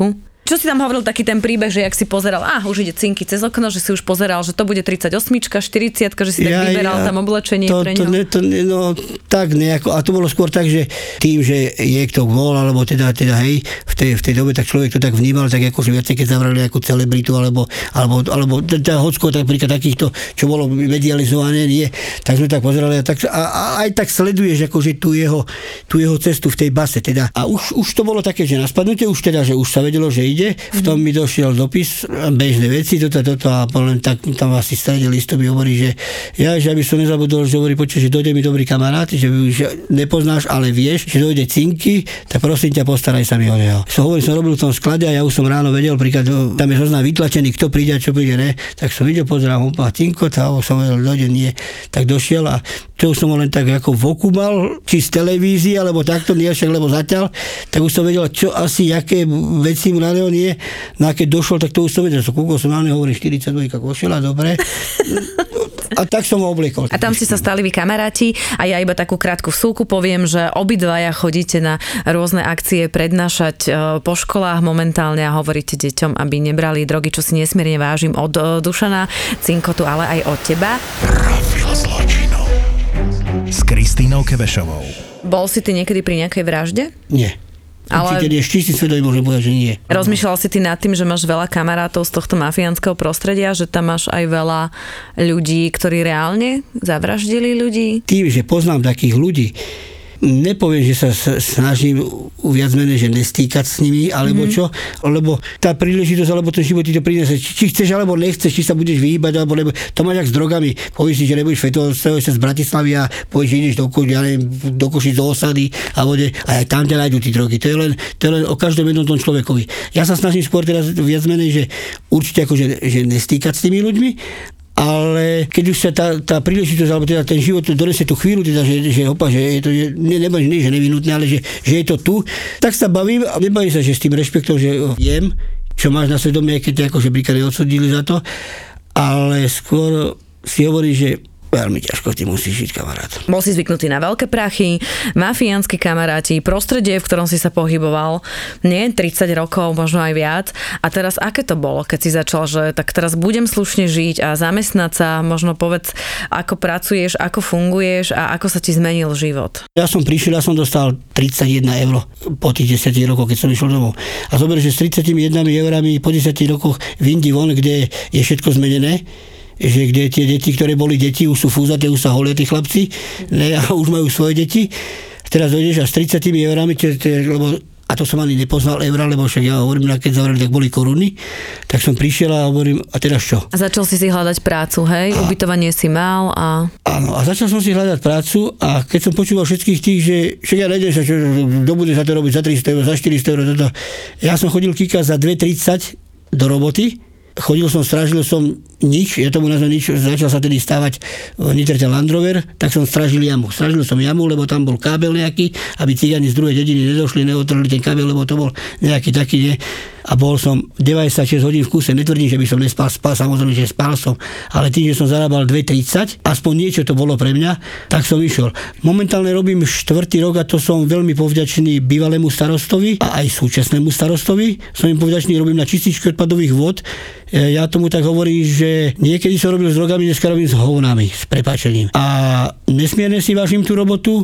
čo si tam hovoril taký ten príbeh, že jak si pozeral, ah, už ide cinky cez okno, že si už pozeral, že to bude tridsaťosem, štyridsať, že si tak ja, vyberal ja, tam oblečenie to, pre to, ňo. Ne, to, ne, no, tak nejako, a to bolo skôr tak, že tým, že je kto bol, alebo teda, teda hej, v tej, v tej dobe, tak človek to tak vnímal, tak akože viacej, keď zavrali nejakú celebritu, alebo, alebo, alebo teda hocko, tak príklad takýchto, čo bolo medializované, nie, tak sme tak pozerali a, tak, a, a aj tak sleduješ akože tú jeho, tú jeho cestu v tej base, teda. A už, už to bolo také, že na spadnutie, už teda, že už sa vedelo, že ide, v tom mi došiel dopis, bežné veci, toto, toto a len tak tam asi strede listu mi hovorí, že ja, že aby som nezabudol, že hovorí, počuť, že dojde mi dobrý kamarát, že už nepoznáš, ale vieš, že dojde cinky, tak prosím ťa, postaraj sa mi o neho. Som hovoril, som robil v tom sklade a ja už som ráno vedel, príklad, tam je zoznam vytlačený, kto príde a čo príde, ne, tak som videl, pozerám, opa, cinko, tá, som vedel, dojde, nie, tak došiel a čo už som ho len tak ako vokúmal, či z televízie, alebo takto, nie však, lebo zatiaľ, tak už som vedel, čo asi, aké veci mu na neho nie, no a keď došol, tak to už som vedel, som kúkol som na neho, hovorím, štyridsaťdva košela, dobre. A tak som ho obliekol. A tam ste sa stali vy kamaráti a ja iba takú krátku vsúku poviem, že obidvaja chodíte na rôzne akcie prednášať po školách momentálne a hovoríte deťom, aby nebrali drogy, čo si nesmierne vážim od Dušana Cinkotu, ale aj od teba. Profil zločinov s Kristínou Kebešovou. Bol si ty niekedy pri nejakej vražde? Nie. Ale... Určite nie, čistý svedomie môžem povedať, že nie. Rozmýšľal si ty nad tým, že máš veľa kamarátov z tohto mafiánskeho prostredia, že tam máš aj veľa ľudí, ktorí reálne zavraždili ľudí? Tým, že poznám takých ľudí, nepoviem, že sa snažím viac menej, že nestýkať s nimi, alebo mm-hmm. čo, lebo tá príležitosť, alebo ten život ti to prinese. Či, či chceš, alebo nechceš, či sa budeš vyhýbať, alebo lebo to máš jak s drogami. Povieš si, že nebudeš fetovať sa z Bratislavy a povieš, že ideš do, ja neviem, do Košic, do osady a vode, a aj tam ťa nájdú tí drogy. To je len, to je len o každom jednom tom človekovi. Ja sa snažím skôr teraz viac menej, že určite akože, že nestýkať s tými ľuďmi, ale keď už sa tá, tá príležitosť, alebo teda ten život donesie tú chvíľu, teda, že, že opa, že je to, že, ne, nebudeš, nie, že nevinutné, ale že, že je to tu, tak sa bavím a nebavím sa, že s tým rešpektom, že viem, čo máš na svedomie, keď ťa akože príklad neodsúdili za to, ale skôr si hovorí, že veľmi ťažko ty musíš žiť, kamarát. Bol si zvyknutý na veľké prachy, mafiánsky kamaráti, prostredie, v ktorom si sa pohyboval, nie, tridsať rokov, možno aj viac. A teraz aké to bolo, keď si začal, že tak teraz budem slušne žiť a zamestnať sa, možno povedz, ako pracuješ, ako funguješ a ako sa ti zmenil život? Ja som prišiel, ja som dostal tridsaťjeden eur po tých desiatich rokoch, keď som išiel domov. A zober, že s tridsaťjeden eurami po desiatich rokoch vyjdi von, kde je všetko zmenené, že kde tie deti, ktoré boli deti, už sú fúzaté, už sa holia tí chlapci, ne, a už majú svoje deti. Teraz dojdeš a s tridsiatimi eurami, tie, tie, lebo, a to som ani nepoznal eura, lebo však ja hovorím, keď zavreli, tak boli koruny, tak som prišiel a hovorím, a teraz čo? A začal si si hľadať prácu, hej? A, ubytovanie si mal a... Áno, a začal som si hľadať prácu a keď som počúval všetkých tých, že však ja nejdem sa, čo, dobude sa to robiť za tristo eur, za štyristo eur, toto. Ja som chodil kýkať za dve tridsať do roboty, chodil som, strážil som nič, ja tomu nazvem nič, začal sa tedy stávať Nitrate Land Rover, tak som strážil jamu. Strážil som jamu, lebo tam bol kábel nejaký, aby cigani z druhej dediny nedošli, neotrhli ten kábel, lebo to bol nejaký taký, nie. A bol som deväťdesiatšesť hodín v kúse, netvrdím, že by som nespal, spal, samozrejme, že spal som, ale tým, že som zarábal dve tridsať, aspoň niečo to bolo pre mňa, tak som išiel. Momentálne robím štvrtý rok a to som veľmi povďačný bývalému starostovi a aj súčasnému starostovi. Som im povďačný, robím na čističke odpadových vod. Ja tomu tak hovorím, že niekedy som robil s drogami, dneska robím s hovnami, s prepáčením. A nesmierne si vážim tú robotu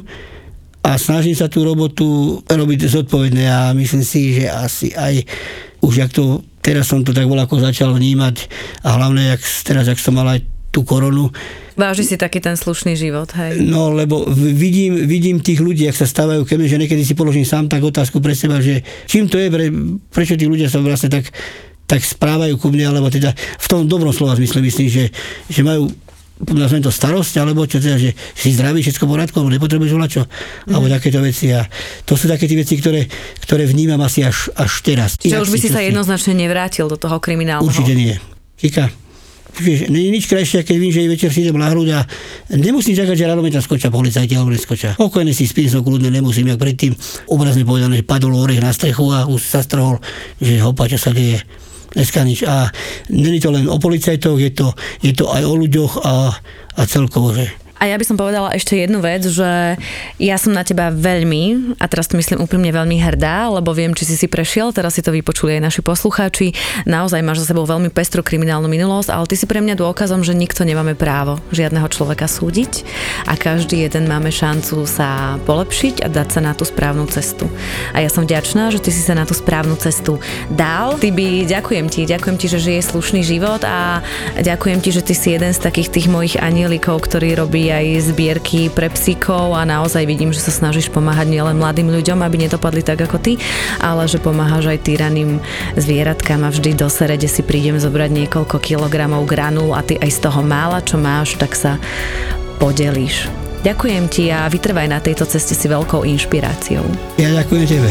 a snažím sa tú robotu robiť zodpovedne a myslím si, že asi aj už jak to, teraz som to tak bol ako začal vnímať a hlavne jak, teraz, jak som mal aj tú koronu. Váži si taký ten slušný život, hej? No, lebo vidím, vidím tých ľudí, ak sa stávajú ke mne, že niekedy si položím sám tak otázku pre seba, že čím to je, pre, prečo tí ľudia sa vlastne tak, tak správajú ku mne, alebo teda v tom dobrom slova zmysle myslím, že, že majú nazvem to starosť, alebo čo teda, že si zdravý, všetko v poriadku, alebo nepotrebuješ voľačo, mm. alebo takéto veci. A to sú také tie veci, ktoré, ktoré vnímam asi až, až teraz. Čiže už by si sa jednoznačne nevrátil do toho kriminálneho? Určite nie. Kika, vieš, nie je nič krajšie, keď vím, že večer si idem lahnúť a nemusím čakať, že ráno mi tam skočia policajti, alebo neskočia. Pokojne si spím, som kľudne, nemusím, jak predtým obrazne povedané, že padol orech na strechu a už sa strhol, že hopa, čo sa deje. Dneska nič. A není to len o policajtoch, je to, je to aj o ľuďoch a, a celkovo, že A ja by som povedala ešte jednu vec, že ja som na teba veľmi, a teraz to myslím úprimne veľmi hrdá, lebo viem, či si si prešiel, teraz si to vypočuli aj naši poslucháči, naozaj máš za sebou veľmi pestrú kriminálnu minulosť, ale ty si pre mňa dôkazom, že nikto nemáme právo žiadneho človeka súdiť a každý jeden máme šancu sa polepšiť a dať sa na tú správnu cestu. A ja som vďačná, že ty si sa na tú správnu cestu dal. Ty by, ďakujem ti, ďakujem ti, že žiješ slušný život a ďakujem ti, že ty si jeden z takých tých mojich anielikov, ktorý robí aj zbierky pre psíkov a naozaj vidím, že sa snažíš pomáhať nielen mladým ľuďom, aby nedopadli tak ako ty, ale že pomáhaš aj týraným zvieratkám a vždy do serede si prídem zobrať niekoľko kilogramov granul a ty aj z toho mála, čo máš, tak sa podelíš. Ďakujem ti a vytrvaj na tejto ceste, si veľkou inšpiráciou. Ja ďakujem tebe.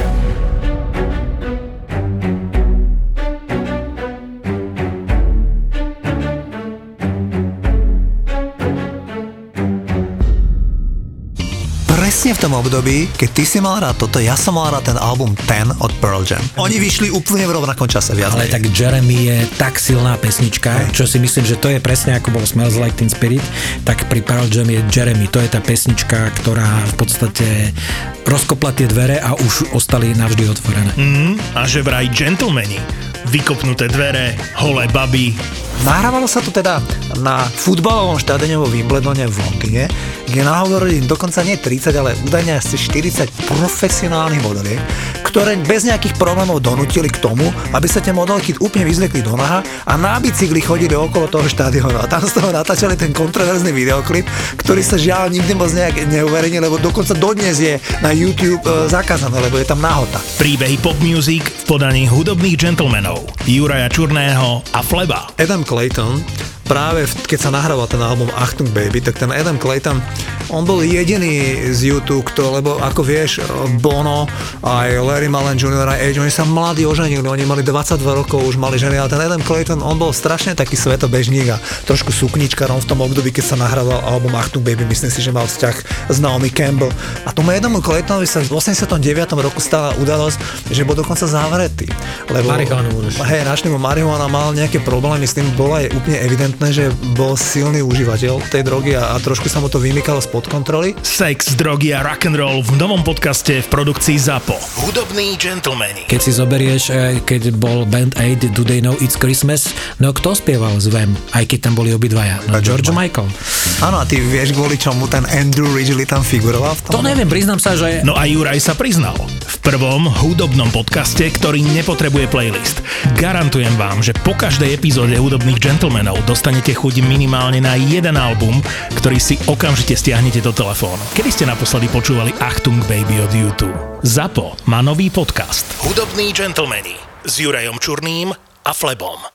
Presne v tom období, keď ty si mal rád toto, ja som mal rád ten album ten od Pearl Jam. Oni vyšli úplne v rovnakom čase viac. Ale tak Jeremy je tak silná pesnička, hey. Čo si myslím, že to je presne ako bol Smells Like Teen Spirit, tak pri Pearl Jam je Jeremy. To je tá pesnička, ktorá v podstate rozkopla tie dvere a už ostali navždy otvorené. Mm, a že vraj gentlemani, vykopnuté dvere, holé baby. Nahrávalo sa to teda na futbalovom štadióne vo Wimbledone v Londýne, kde nahovorili dokonca nie tridsať, ale údajne asi štyridsať profesionálnych modeliek, ktoré bez nejakých problémov donútili k tomu, aby sa tie modelky úplne vyzliekli do naha a na bicykli chodili okolo toho štadiónu. A tam z toho natáčali ten kontroverzný videoklip, ktorý sa žiaľ nikdy moc nejak neuverejnil, lebo dokonca dodnes je na YouTube e, zakázané, lebo je tam nahota. Príbehy pop music v podaní hudobných gentlemanov Juraja Čurného a Fleba. Adam Clayton, práve keď sa nahrával ten album Achtung Baby, tak ten Adam Clayton, on bol jediný z YouTube, kto, lebo ako vieš, Bono, aj Larry Mullen junior, aj Age, oni sa mladí oženili, oni mali dvadsaťdva rokov, už mali ženy, ale ten Adam Clayton, on bol strašne taký svetobežník a trošku sukničkarom v tom období, keď sa nahrával album Achtung Baby, myslím si, že mal vzťah s Naomi Campbell. A tomu Adamu Claytonovi sa v osemdesiatom deviatom roku stala udalosť, že bol dokonca zavretý. Lebo hej, našli mu marihuana, mal nejaké problémy s tým, bola je úplne evidentné, že bol silný užívateľ tej drogy a, a trošku sa mu to vymykalo spod kontroly. Sex, drogy a rock'n'roll v novom podcaste v produkcii ZAPO. Hudobní gentlemani. Keď si zoberieš, keď bol Band Aid, Do They Know It's Christmas, no kto spieval z Wham, aj keď tam boli obidvaja? No George Michael. Áno, a ty vieš, kvôli čomu ten Andrew Ridgeley tam figuroval v tom? To neviem, priznám sa, že... No a Juraj sa priznal. V prvom hudobnom podcaste, ktorý nepotrebuje playlist. Garantujem vám, že po každej epizóde hudobných gentlemanov dostanete chuť minimálne na jeden album, ktorý si okamžite stiahnete do telefónu. Kedy ste naposledy počúvali Achtung Baby od YouTube? ZAPO má nový podcast Hudobní gentlemani s Jurajom Čurným a Flebom.